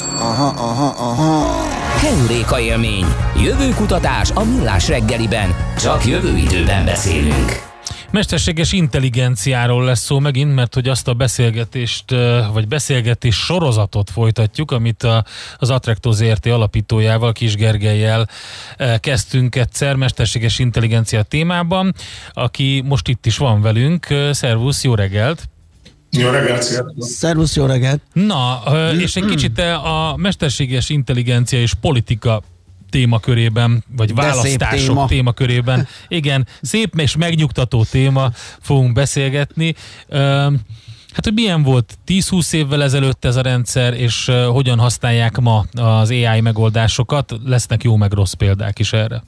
Aha. Heuréka élmény. Jövőkutatás a Millás reggeliben. Csak jövő időben beszélünk. Mesterséges intelligenciáról lesz szó megint, mert hogy azt a beszélgetést, vagy beszélgetés sorozatot folytatjuk, amit az Attracto Zrt. Alapítójával, Kis Gergellyel kezdtünk egyszer mesterséges intelligencia témában, aki most itt is van velünk. Szervusz, jó reggelt! Jó reggelt, sziasztok! Szervusz, jó reggelt! Na, és egy kicsit a mesterséges intelligencia és politika témakörében, vagy választások témakörében. Igen, szép és megnyugtató téma, fogunk beszélgetni. Hát, hogy milyen volt 10-20 évvel ezelőtt ez a rendszer, és hogyan használják ma az AI megoldásokat? Lesznek jó meg rossz példák is erre.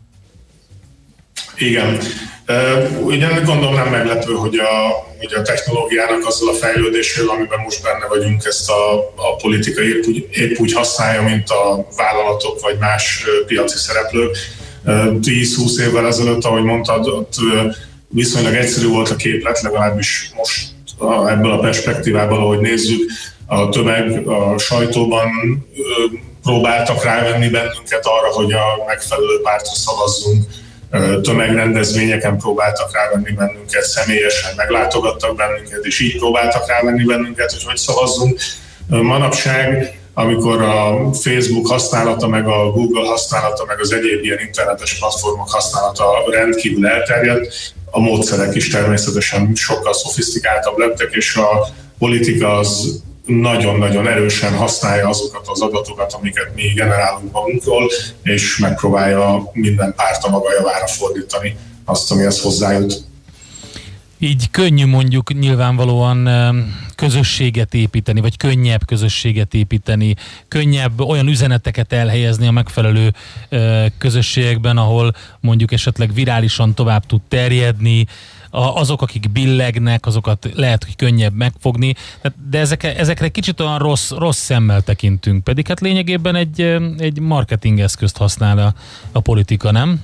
Igen. Ugyan gondolom nem meglepő, hogy a technológiának azzal a fejlődéssel, amiben most benne vagyunk, ezt a politika épp úgy használja, mint a vállalatok vagy más piaci szereplők. 10-20 évvel ezelőtt, ahogy mondtad, ott viszonylag egyszerű volt a képlet, legalábbis most ebből a perspektívából, ahogy nézzük, a tömeg a sajtóban próbáltak rávenni bennünket arra, hogy a megfelelő pártra szavazzunk, tömegrendezvényeken próbáltak rávenni bennünket, személyesen meglátogattak bennünket, és így próbáltak rávenni bennünket, hogy szavazzunk. Manapság, amikor a Facebook használata, meg a Google használata, meg az egyéb ilyen internetes platformok használata rendkívül elterjedt, a módszerek is természetesen sokkal szofisztikáltabb lettek, és a politika az nagyon-nagyon erősen használja azokat az adatokat, amiket mi generálunk magunkról, és megpróbálja minden párt a maga javára fordítani azt, amihez hozzájut. Így könnyű mondjuk nyilvánvalóan közösséget építeni, vagy könnyebb közösséget építeni, könnyebb olyan üzeneteket elhelyezni a megfelelő közösségekben, ahol mondjuk esetleg virálisan tovább tud terjedni, azok, akik billegnek, azokat lehet, hogy könnyebb megfogni, de ezekre kicsit olyan rossz szemmel tekintünk, pedig hát lényegében egy marketing eszközt használ a politika, nem?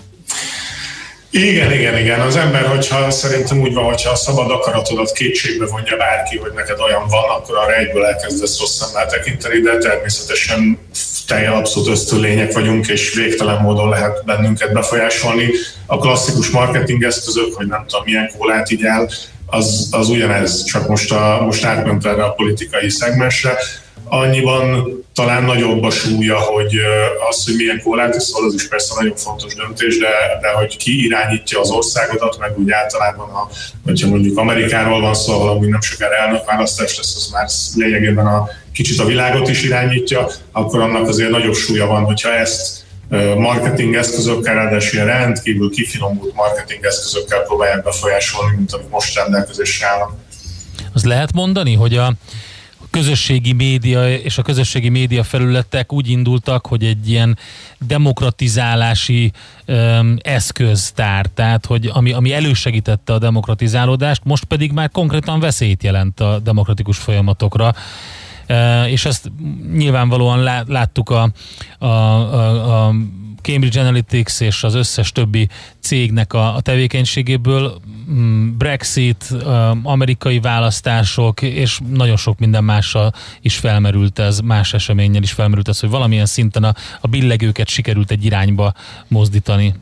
Igen. Az ember, hogyha szerintem úgy van, hogyha a szabad akaratodat kétségbe vonja bárki, hogy neked olyan van, akkor arra egyből elkezdesz rossz szemmel tekinteni, de természetesen abszolút ösztönlények vagyunk, és végtelen módon lehet bennünket befolyásolni. A klasszikus marketing eszközök, hogy nem tudom milyen kólát igyál, az ugyanez, csak most átment erre a politikai szegmensre. Annyiban talán nagyobb a súlya, hogy az, hogy milyen kólát iszol, az is persze nagyon fontos döntés, de hogy ki irányítja az országodat, meg úgy általában, hogyha mondjuk Amerikáról van szó, ahol nem sokára elnökválasztás lesz, az már lényegében kicsit a világot is irányítja, akkor annak azért nagyobb súlya van, hogyha ezt marketing eszközökkel, ráadásul ilyen rendkívül kifinomult marketing eszközökkel próbálják befolyásolni, mint amit most rendelkezésre állnak. Az lehet mondani, hogy a közösségi média és a közösségi média felületek úgy indultak, hogy egy ilyen demokratizálási eszköztár, tehát hogy ami elősegítette a demokratizálódást, most pedig már konkrétan veszélyt jelent a demokratikus folyamatokra. És ezt nyilvánvalóan láttuk a Cambridge Analytics és az összes többi cégnek a tevékenységéből, Brexit, amerikai választások, és nagyon sok minden mással is felmerült ez, más eseménnyel is felmerült ez, hogy valamilyen szinten a billegőket sikerült egy irányba mozdítani.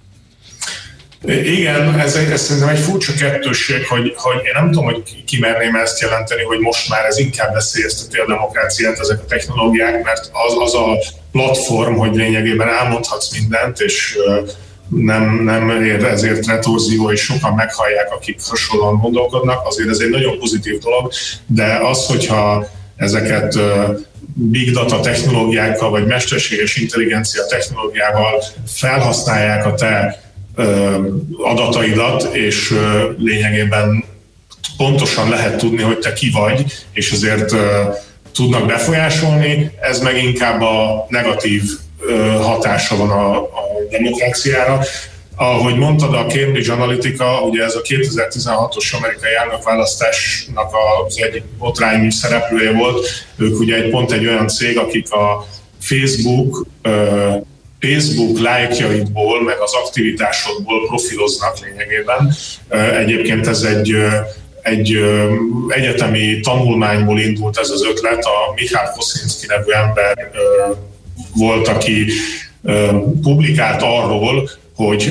Igen, ez szerintem egy furcsa kettősség, hogy én nem tudom, hogy kimerném ezt jelenteni, hogy most már ez inkább veszélyezteti a demokráciát, ezek a technológiák, mert az a platform, hogy lényegében elmondhatsz mindent, és nem ér ezért retorzió, és sokan meghallják, akik hasonlóan gondolkodnak, azért ez egy nagyon pozitív dolog, de az, hogyha ezeket big data technológiákkal, vagy mesterséges intelligencia technológiával felhasználják a te adataidat, és lényegében pontosan lehet tudni, hogy te ki vagy, és ezért tudnak befolyásolni, ez meg inkább a negatív hatása van a demokráciára. Ahogy mondtad, a Cambridge Analytica, ugye ez a 2016-os amerikai elnökválasztásnak az egyik botrány szereplője volt. Ők ugye pont egy olyan cég, akik a Facebook lájkjaidból, meg az aktivitásodból profiloznak lényegében. Egyébként ez egy egyetemi tanulmányból indult ez az ötlet. A Michal Kosinski nevű ember volt, aki publikált arról, hogy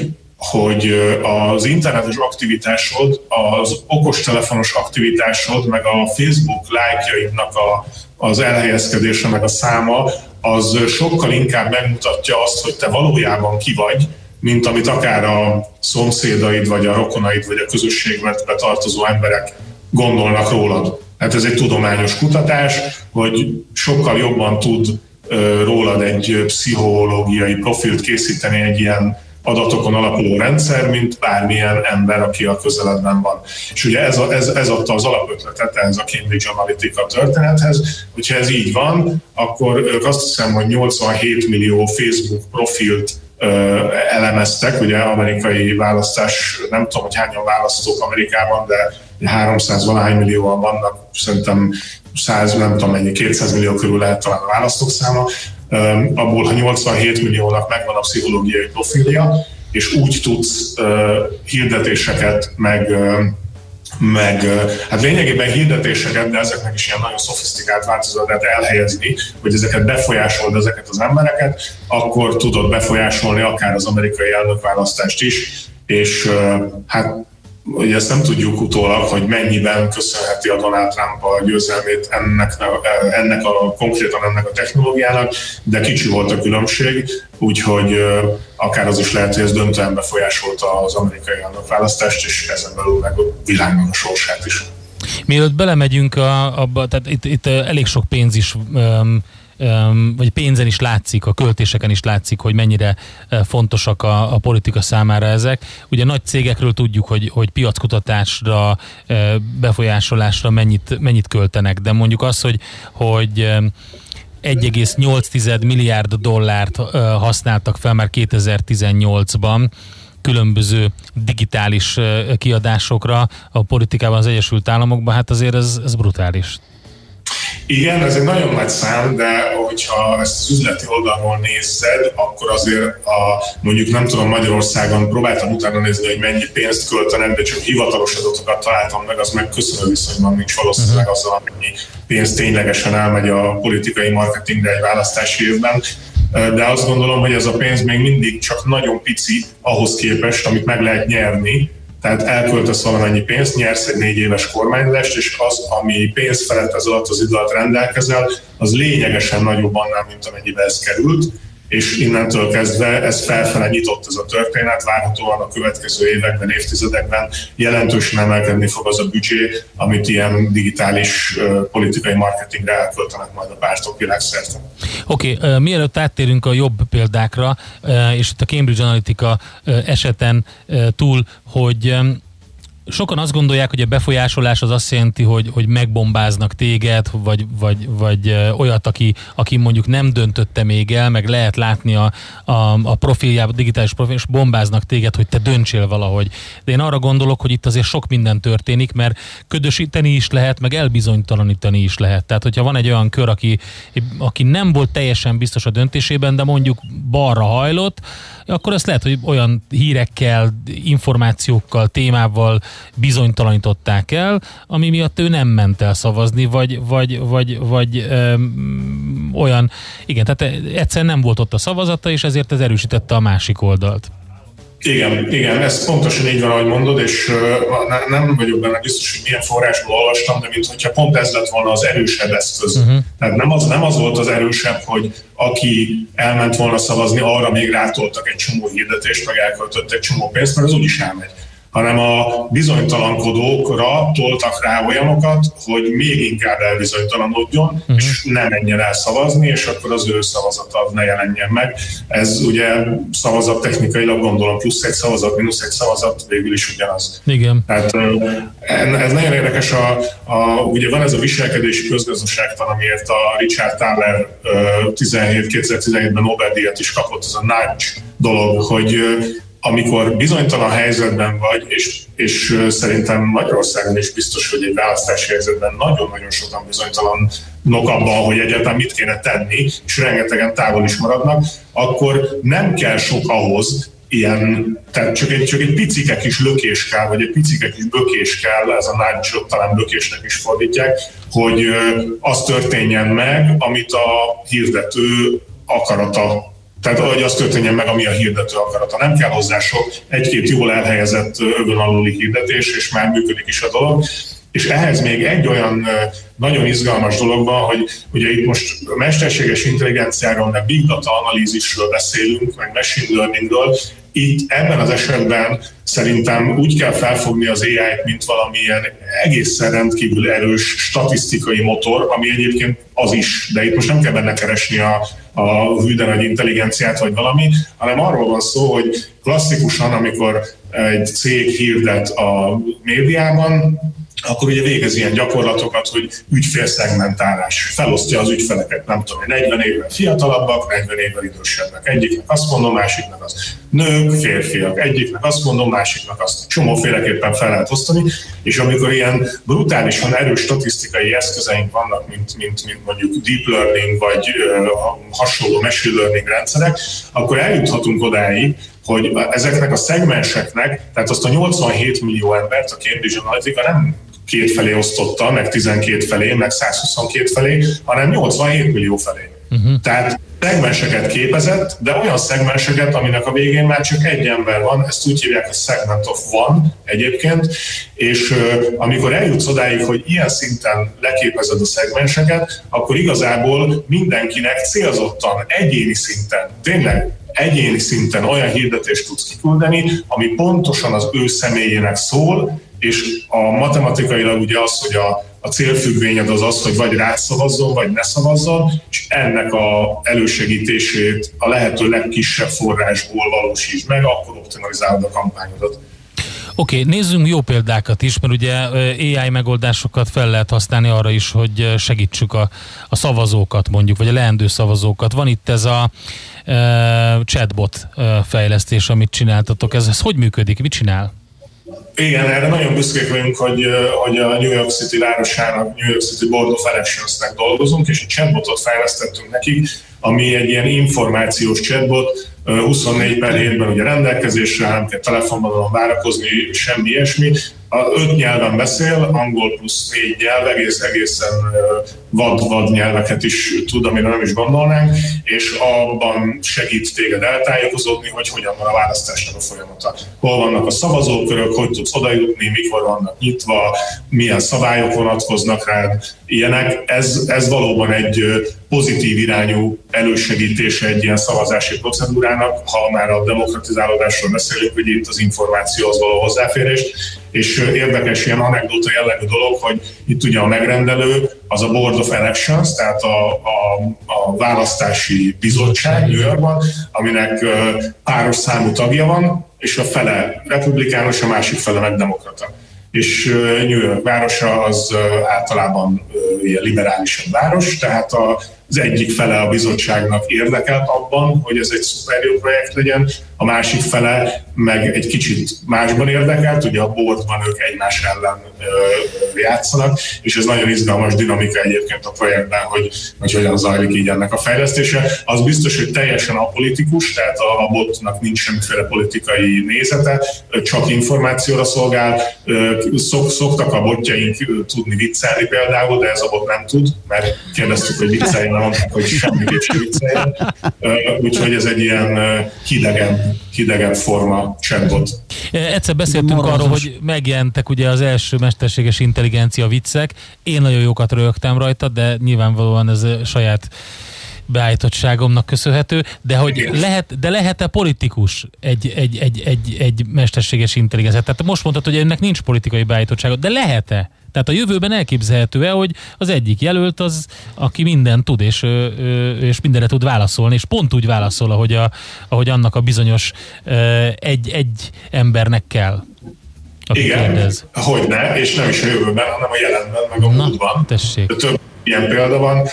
hogy az internetes aktivitásod, az okostelefonos aktivitásod, meg a Facebook lájkjaidnak az elhelyezkedése, meg a száma, az sokkal inkább megmutatja azt, hogy te valójában ki vagy, mint amit akár a szomszédaid, vagy a rokonaid, vagy a közösségbe tartozó emberek gondolnak rólad. Hát ez egy tudományos kutatás, hogy sokkal jobban tud rólad egy pszichológiai profilt készíteni egy ilyen adatokon alapuló rendszer, mint bármilyen ember, aki a közeledben van. És ugye ez adta az alapötletet ehhez a Cambridge Analytica történethez. Hogyha ez így van, akkor ők azt hiszem, hogy 87 millió Facebook profilt elemeztek, ugye amerikai választás, nem tudom, hogy hányan választók Amerikában, de 300 valahány millióan vannak, szerintem 100, nem tudom mennyi, 200 millió körül lehet talán a választók száma, abból, ha 87 milliónak megvan a pszichológiai profilja, és úgy tudsz hirdetéseket, meg hát lényegében hirdetéseket, de ezeknek is ilyen nagyon szofisztikált változatát elhelyezni, hogy ezeket befolyásold ezeket az embereket, akkor tudod befolyásolni akár az amerikai elnökválasztást is, és hát ugye ezt nem tudjuk utólag, hogy mennyiben köszönheti a Donald Trump a győzelmét konkrétan ennek a technológiának, de kicsi volt a különbség, úgyhogy akár az is lehet, hogy ez döntően befolyásolta az amerikai elnökválasztást, és ezen belül meg a világnak a sorsát is. Mielőtt belemegyünk abba, tehát itt elég sok pénz is vagy pénzen is látszik, a költéseken is látszik, hogy mennyire fontosak a politika számára ezek. Ugye nagy cégekről tudjuk, hogy piackutatásra, befolyásolásra mennyit költenek, de mondjuk az, hogy 1,8 milliárd dollárt használtak fel már 2018-ban különböző digitális kiadásokra a politikában az Egyesült Államokban, hát azért ez brutális. Igen, ez egy nagyon nagy szám, de hogyha ezt az üzleti oldalról nézed, akkor azért mondjuk nem tudom, Magyarországon próbáltam utána nézni, hogy mennyi pénzt költenek, de csak hivatalos adatokat találtam meg, az meg köszönő viszonyban nincs valószínűleg azzal, amennyi pénz ténylegesen elmegy a politikai marketingre egy választási évben. De azt gondolom, hogy ez a pénz még mindig csak nagyon pici ahhoz képest, amit meg lehet nyerni. Tehát elköltesz valamennyi pénzt, nyersz egy 4 éves kormányzást, és az, ami pénz felett ez alatt az idő alatt rendelkezel, az lényegesen nagyobb annál, mint amennyibe ez került, és innentől kezdve ez felfele nyitott ez a történet, várhatóan a következő években, évtizedekben jelentősen emelkedni fog az a büdzsé, amit ilyen digitális politikai marketingre elköltenek majd a pártok világszerte. Oké, mielőtt áttérünk a jobb példákra, és itt a Cambridge Analytica eseten túl, hogy sokan azt gondolják, hogy a befolyásolás az azt jelenti, hogy megbombáznak téged, vagy olyat, aki mondjuk nem döntötte még el, meg lehet látni a profiljában, digitális profil, és bombáznak téged, hogy te döntsél valahogy. De én arra gondolok, hogy itt azért sok minden történik, mert ködösíteni is lehet, meg elbizonytalanítani is lehet. Tehát, hogyha van egy olyan kör, aki nem volt teljesen biztos a döntésében, de mondjuk balra hajlott, akkor azt lehet, hogy olyan hírekkel, információkkal, témával bizonytalanították el, ami miatt ő nem ment el szavazni, vagy olyan, igen, tehát egyszerűen nem volt ott a szavazata, és ezért ez erősítette a másik oldalt. Igen, ez pontosan így van, ahogy mondod, és nem vagyok benne biztos, hogy milyen forrásból olvastam, de mintha pont ez lett volna az erősebb eszköz. Tehát nem az volt az erősebb, hogy aki elment volna szavazni, arra még rátoltak egy csomó hirdetést, meg elköltött egy csomó pénzt, mert az úgyis elmegy. Hanem a bizonytalankodókra toltak rá olyanokat, hogy még inkább elbizonytalanodjon, és ne menjen el szavazni, és akkor az ő szavazata ne jelenjen meg. Ez ugye szavazattechnikailag gondolom plusz egy szavazat, mínusz egy szavazat, végül is ugyanaz. Igen. Tehát ez nagyon érdekes, ugye van ez a viselkedési közgazdaságtan, amiért a Richard Thaler 2017-ben Nobel-díjat is kapott, ez a nudge dolog, hogy amikor bizonytalan helyzetben vagy, és szerintem Magyarországon is biztos, hogy egy választási helyzetben nagyon-nagyon sokan bizonytalanok abban, hogy egyáltalán mit kéne tenni, és rengetegen távol is maradnak, akkor nem kell sok ahhoz, tehát csak egy picike kis lökés kell, vagy egy picike kis bökés kell, ez a nudge-ot talán bökésnek is fordítják, hogy az történjen meg, amit a hirdető akarata Tehát ahogy az történjen meg, ami a hirdető akarata. Nem kell hozzá sok, egy-két jól elhelyezett övön aluli hirdetés, és már működik is a dolog. És ehhez még egy olyan nagyon izgalmas dolog van, hogy ugye itt most mesterséges intelligenciáról, meg big data analízisről beszélünk, meg machine learningről. Itt ebben az esetben szerintem úgy kell felfogni az AI-t, mint valamilyen egészen rendkívül erős statisztikai motor, ami egyébként az is, de itt most nem kell benne keresni a hű de nagy intelligenciát vagy valami, hanem arról van szó, hogy klasszikusan, amikor egy cég hirdet a médiában, akkor ugye végez ilyen gyakorlatokat, hogy ügyfélszegmentálás, felosztja az ügyfeleket, nem tudom, 40 évvel fiatalabbak, 40 évvel idősebbek. Egyiknek azt mondom, másiknak az. Nők, férfiak, egyiknek azt mondom, másiknak azt. Csomóféleképpen fel lehet osztani, és amikor ilyen brutálisan erős statisztikai eszközeink vannak, mint mondjuk deep learning, vagy hasonló machine learning rendszerek, akkor eljuthatunk odáig, hogy ezeknek a szegmenseknek, tehát azt a 87 millió embert a Cambridge Analytica nem két felé osztotta, meg 12 felé, meg 122 felé, hanem 87 millió felé. Tehát szegmenseket képezett, de olyan szegmenseket, aminek a végén már csak egy ember van, ezt úgy hívják, hogy segment of one egyébként, és amikor eljutsz odáig, hogy ilyen szinten leképezed a szegmenseket, akkor igazából mindenkinek célzottan, egyéni szinten, tényleg egyéni szinten olyan hirdetést tudsz kiküldeni, ami pontosan az ő személyének szól, és a matematikailag ugye az, hogy a célfüggvényed az, hogy vagy rád szavazzon, vagy ne szavazzon, és ennek a elősegítését a lehető legkisebb forrásból valósítsd meg, akkor optimalizálod a kampányodat. Oké, nézzünk jó példákat is, mert ugye AI megoldásokat fel lehet használni arra is, hogy segítsük a szavazókat mondjuk, vagy a leendő szavazókat. Van itt ez a chatbot fejlesztés, amit csináltatok. Ez hogy működik? Mit csinál? Igen, erre nagyon büszkék vagyunk, hogy a New York City városának, New York City Board of Elections-nek dolgozunk, és egy chatbotot fejlesztettünk nekik, ami egy ilyen információs chatbot, 24/7-ben ugye rendelkezésre, nem kell telefonban várakozni, semmi ilyesmi. 5 nyelven beszél, angol plusz 4 nyelv, egészen vad nyelveket is tud, amire nem is gondolnánk, és abban segít téged eltájékozódni, hogy hogyan van a választásnak a folyamata. Hol vannak a szavazókörök, hogy tudsz odajutni, mikor vannak nyitva, milyen szabályok vonatkoznak rád, ilyenek. Ez valóban egy pozitív irányú elősegítése egy ilyen szavazási procedúrának, ha már a demokratizálódásról beszélünk, hogy itt az információhoz való hozzáférés, és érdekes ilyen anekdóta jellegű dolog, hogy itt ugye a megrendelő az a Board of Elections, tehát a választási bizottság New Yorkban, aminek páros számú tagja van, és a fele republikánus, a másik fele meg demokrata. És New York városa az általában ilyen liberálisabb város, tehát az egyik fele a bizottságnak érdekelt abban, hogy ez egy szuper jó projekt legyen, a másik fele meg egy kicsit másban érdekelt, ugye a boardban ők egymás ellen játszanak, és ez nagyon izgalmas dinamika egyébként a projektben, hogy hogyan zajlik így ennek a fejlesztése. Az biztos, hogy teljesen apolitikus, tehát a botnak nincs semmiféle politikai nézete, csak információra szolgál. Szoktak a botjaink tudni viccelni például, de ez a bot nem tud, mert kérdeztük, hogy vicceljen, mondták, hogy semmiképp sem vicceljen. Úgyhogy ez egy ilyen hidegebb forma chatbot. Egyszer beszéltünk arról, hogy megjelentek ugye az első mesterséges intelligencia viccek. Én nagyon jókat röhögtem rajta, de nyilvánvalóan ez saját beállítottságomnak köszönhető, de hogy lehet-e politikus egy mesterséges intelligencia? Tehát most mondtad, hogy ennek nincs politikai beállítottsága, de lehet-e? Tehát a jövőben elképzelhető-e, hogy az egyik jelölt az, aki mindent tud, és mindenre tud válaszolni, és pont úgy válaszol, ahogy annak a bizonyos egy embernek kell. Igen, kérdez. Hogyne, és nem is a jövőben, hanem a jelenben, meg a múltban. Tessék. Több ilyen példa van.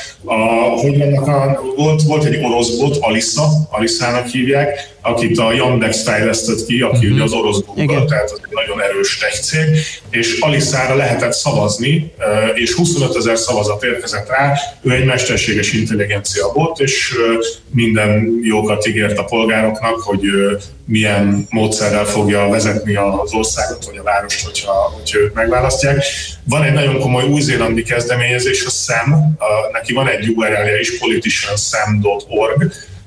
Volt egy orosz bot, Alisának hívják, akit a Yandex fejlesztett ki, aki ugye az orosz Google, tehát az egy nagyon erős tech cég, és Alisára lehetett szavazni, és 25 000 szavazat érkezett rá, ő egy mesterséges intelligencia bot, és minden jókat ígért a polgároknak, hogy milyen módszerrel fogja vezetni az országot, vagy a várost, hogyha őt megválasztják. Van egy nagyon komoly új-zélandi kezdeményezés, a SAM, neki van egy URL-je is, politiciansam.org,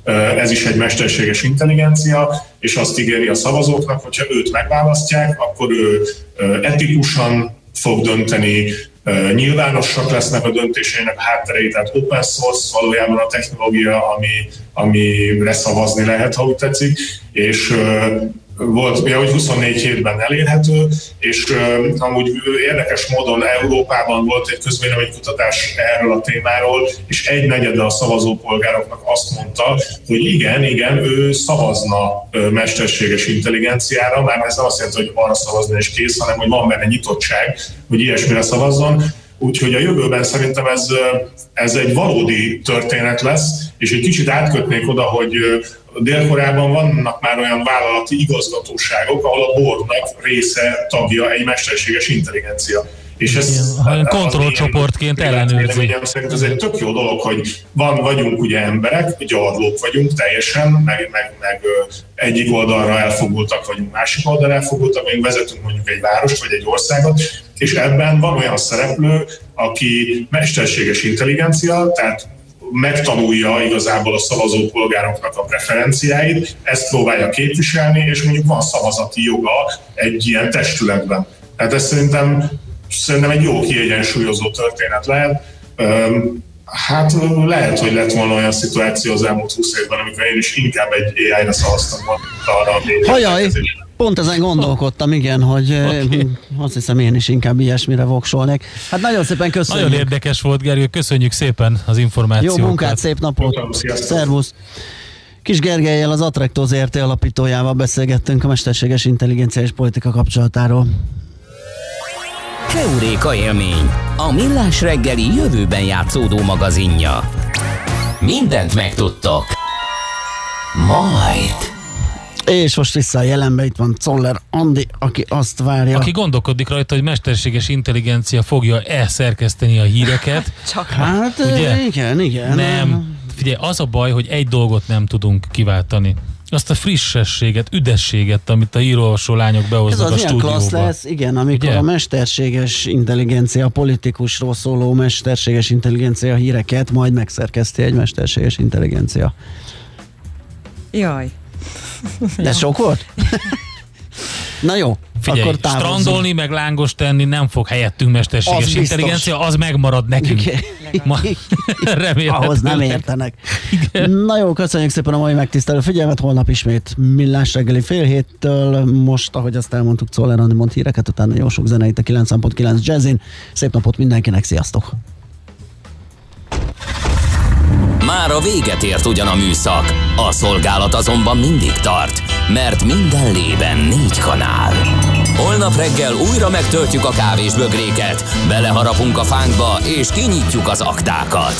ez is egy mesterséges intelligencia, és azt ígéri a szavazóknak, hogyha őt megválasztják, akkor ő etikusan fog dönteni, nyilvánosak lesznek a döntéseinek hátterei, tehát open source valójában a technológia, amire szavazni lehet, ha úgy tetszik, és volt, ugye, hogy 24 hétben elérhető, és amúgy érdekes módon Európában volt egy közvéleménykutatás erről a témáról, és 1/4 a szavazópolgároknak azt mondta, hogy igen, ő szavazna mesterséges intelligenciára, már ez nem azt jelenti, hogy arra szavazni és kész, hanem hogy van benne nyitottság, hogy ilyesmire szavazzon. Úgyhogy a jövőben szerintem ez egy valódi történet lesz, és egy kicsit átkötnék oda, hogy Dél-Koreában vannak már olyan vállalati igazgatóságok, ahol a boardnak része tagja egy mesterséges intelligencia. És ez kontrollcsoportként ellenőrzi. Szerint ez egy tök jó dolog, hogy vagyunk ugye emberek, gyarlók vagyunk teljesen, meg egyik oldalra elfogultak vagyunk, másik oldalra elfogultak, még vezetünk mondjuk egy várost vagy egy országot, és ebben van olyan szereplő, aki mesterséges intelligencia, tehát megtanulja igazából a szavazópolgároknak a preferenciáit, ezt próbálja képviselni, és mondjuk van szavazati joga egy ilyen testületben. Tehát ez szerintem egy jó kiegyensúlyozó történet lehet. Hát lehet, hogy lett volna olyan szituáció az elmúlt 20 évben, amikor én is inkább egy AI-ra szavaztam arra a médiakövetkezésre. Pont ezen gondolkodtam, igen, hogy azt hiszem én is inkább ilyesmire voksolnék. Hát nagyon szépen köszönjük. Nagyon érdekes volt, Gergő, köszönjük szépen az információkat. Jó munkát, szép napot. Szervusz. Kis Gergellyel, az Attracto Zrt. Alapítójával beszélgettünk a mesterséges intelligencia és politika kapcsolatáról. Heuréka élmény, a Millás reggeli jövőben játszódó magazinja. Mindent megtudtok. Majd. És most vissza a jelenbe, itt van Czoller Andi, aki azt várja. Aki gondolkodik rajta, hogy mesterséges intelligencia fogja szerkeszteni a híreket. Csak hát ugye? Igen. Nem. Figyelj, az a baj, hogy egy dolgot nem tudunk kiváltani. Azt a frissességet, üdességet, amit a írólvasó lányok behoznak a stúdióba. Ez az ilyen klassz lesz, igen, amikor ugye? A mesterséges intelligencia, a politikusról szóló mesterséges intelligencia híreket majd megszerkeszti egy mesterséges intelligencia. Jaj. De sok volt? Na jó, figyelj, akkor távozzunk. Strandolni, meg lángos tenni nem fog helyettünk mesterséges az intelligencia, az megmarad nekünk. Remélem. Ahhoz nem értenek. Igen. Na jó, köszönjük szépen a mai megtisztelő figyelmet, holnap ismét Millás reggeli 6:30-től. Most, ahogy azt elmondtuk, Czoller Andi mond híreket, utána jó sok zene itt a 90.9 Jazzin. Szép napot mindenkinek, sziasztok! Már a véget ért ugyan a műszak, a szolgálat azonban mindig tart, mert minden lében 4 kanál. Holnap reggel újra megtöltjük a kávésbögréket, beleharapunk a fánkba és kinyitjuk az aktákat.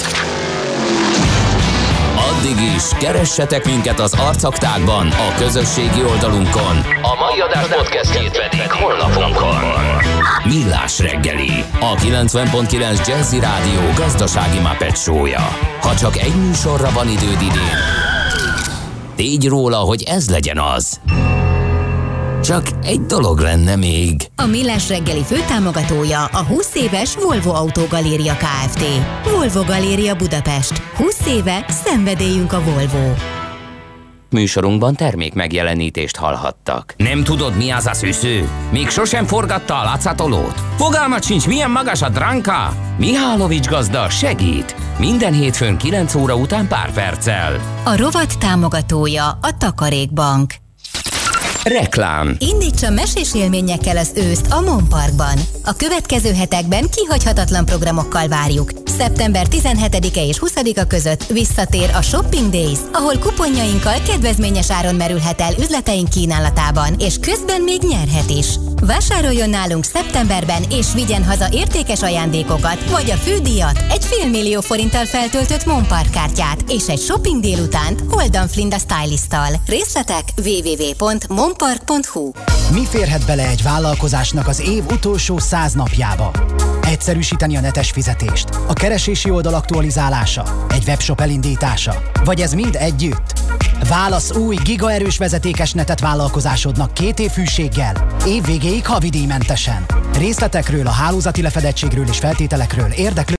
Addig is keressetek minket az arcaktákban, a közösségi oldalunkon. A mai adás podcastjét pedig honlapunkon. Millás reggeli, a 90.9 Jazzy Rádió gazdasági Muppet show-ja. Ha csak egy műsorra van időd idén, tégy róla, hogy ez legyen az. Csak egy dolog lenne még. A Millás reggeli főtámogatója a 20 éves Volvo Autógaléria Kft. Volvo Galéria Budapest. 20 éve szenvedélyünk a Volvo. Műsorunkban termék megjelenítést hallhattak. Nem tudod, mi az a szűző? Még sosem forgatta a látszatolót? Fogalmat sincs, milyen magas a dránka? Mihálovics gazda segít. Minden hétfőn 9 óra után pár perccel. A rovat támogatója a Takarékbank. Reklám. Indítsa mesés élményekkel az őszt a Mon Parkban. A következő hetekben kihagyhatatlan programokkal várjuk. Szeptember 17-e és 20-a között visszatér a Shopping Days, ahol kuponjainkkal kedvezményes áron merülhet el üzleteink kínálatában, és közben még nyerhet is. Vásároljon nálunk szeptemberben, és vigyen haza értékes ajándékokat, vagy a fődíjat, egy $500 000 forinttal feltöltött Mon Park kártyát, és egy shopping délutánt Holdan Flinda stylisttal. Részletek www.monpark.hu. Mi férhet bele egy vállalkozásnak az év utolsó 100 napjába? Egyszerűsíteni a netes fizetést, a keresési oldal aktualizálása, egy webshop elindítása, vagy ez mind együtt? Válasz új gigaerős vezetékes netet vállalkozásodnak 2 év hűséggel, év végéig havidíjmentesen. Részletekről, a hálózati lefedettségről és feltételekről érdeklő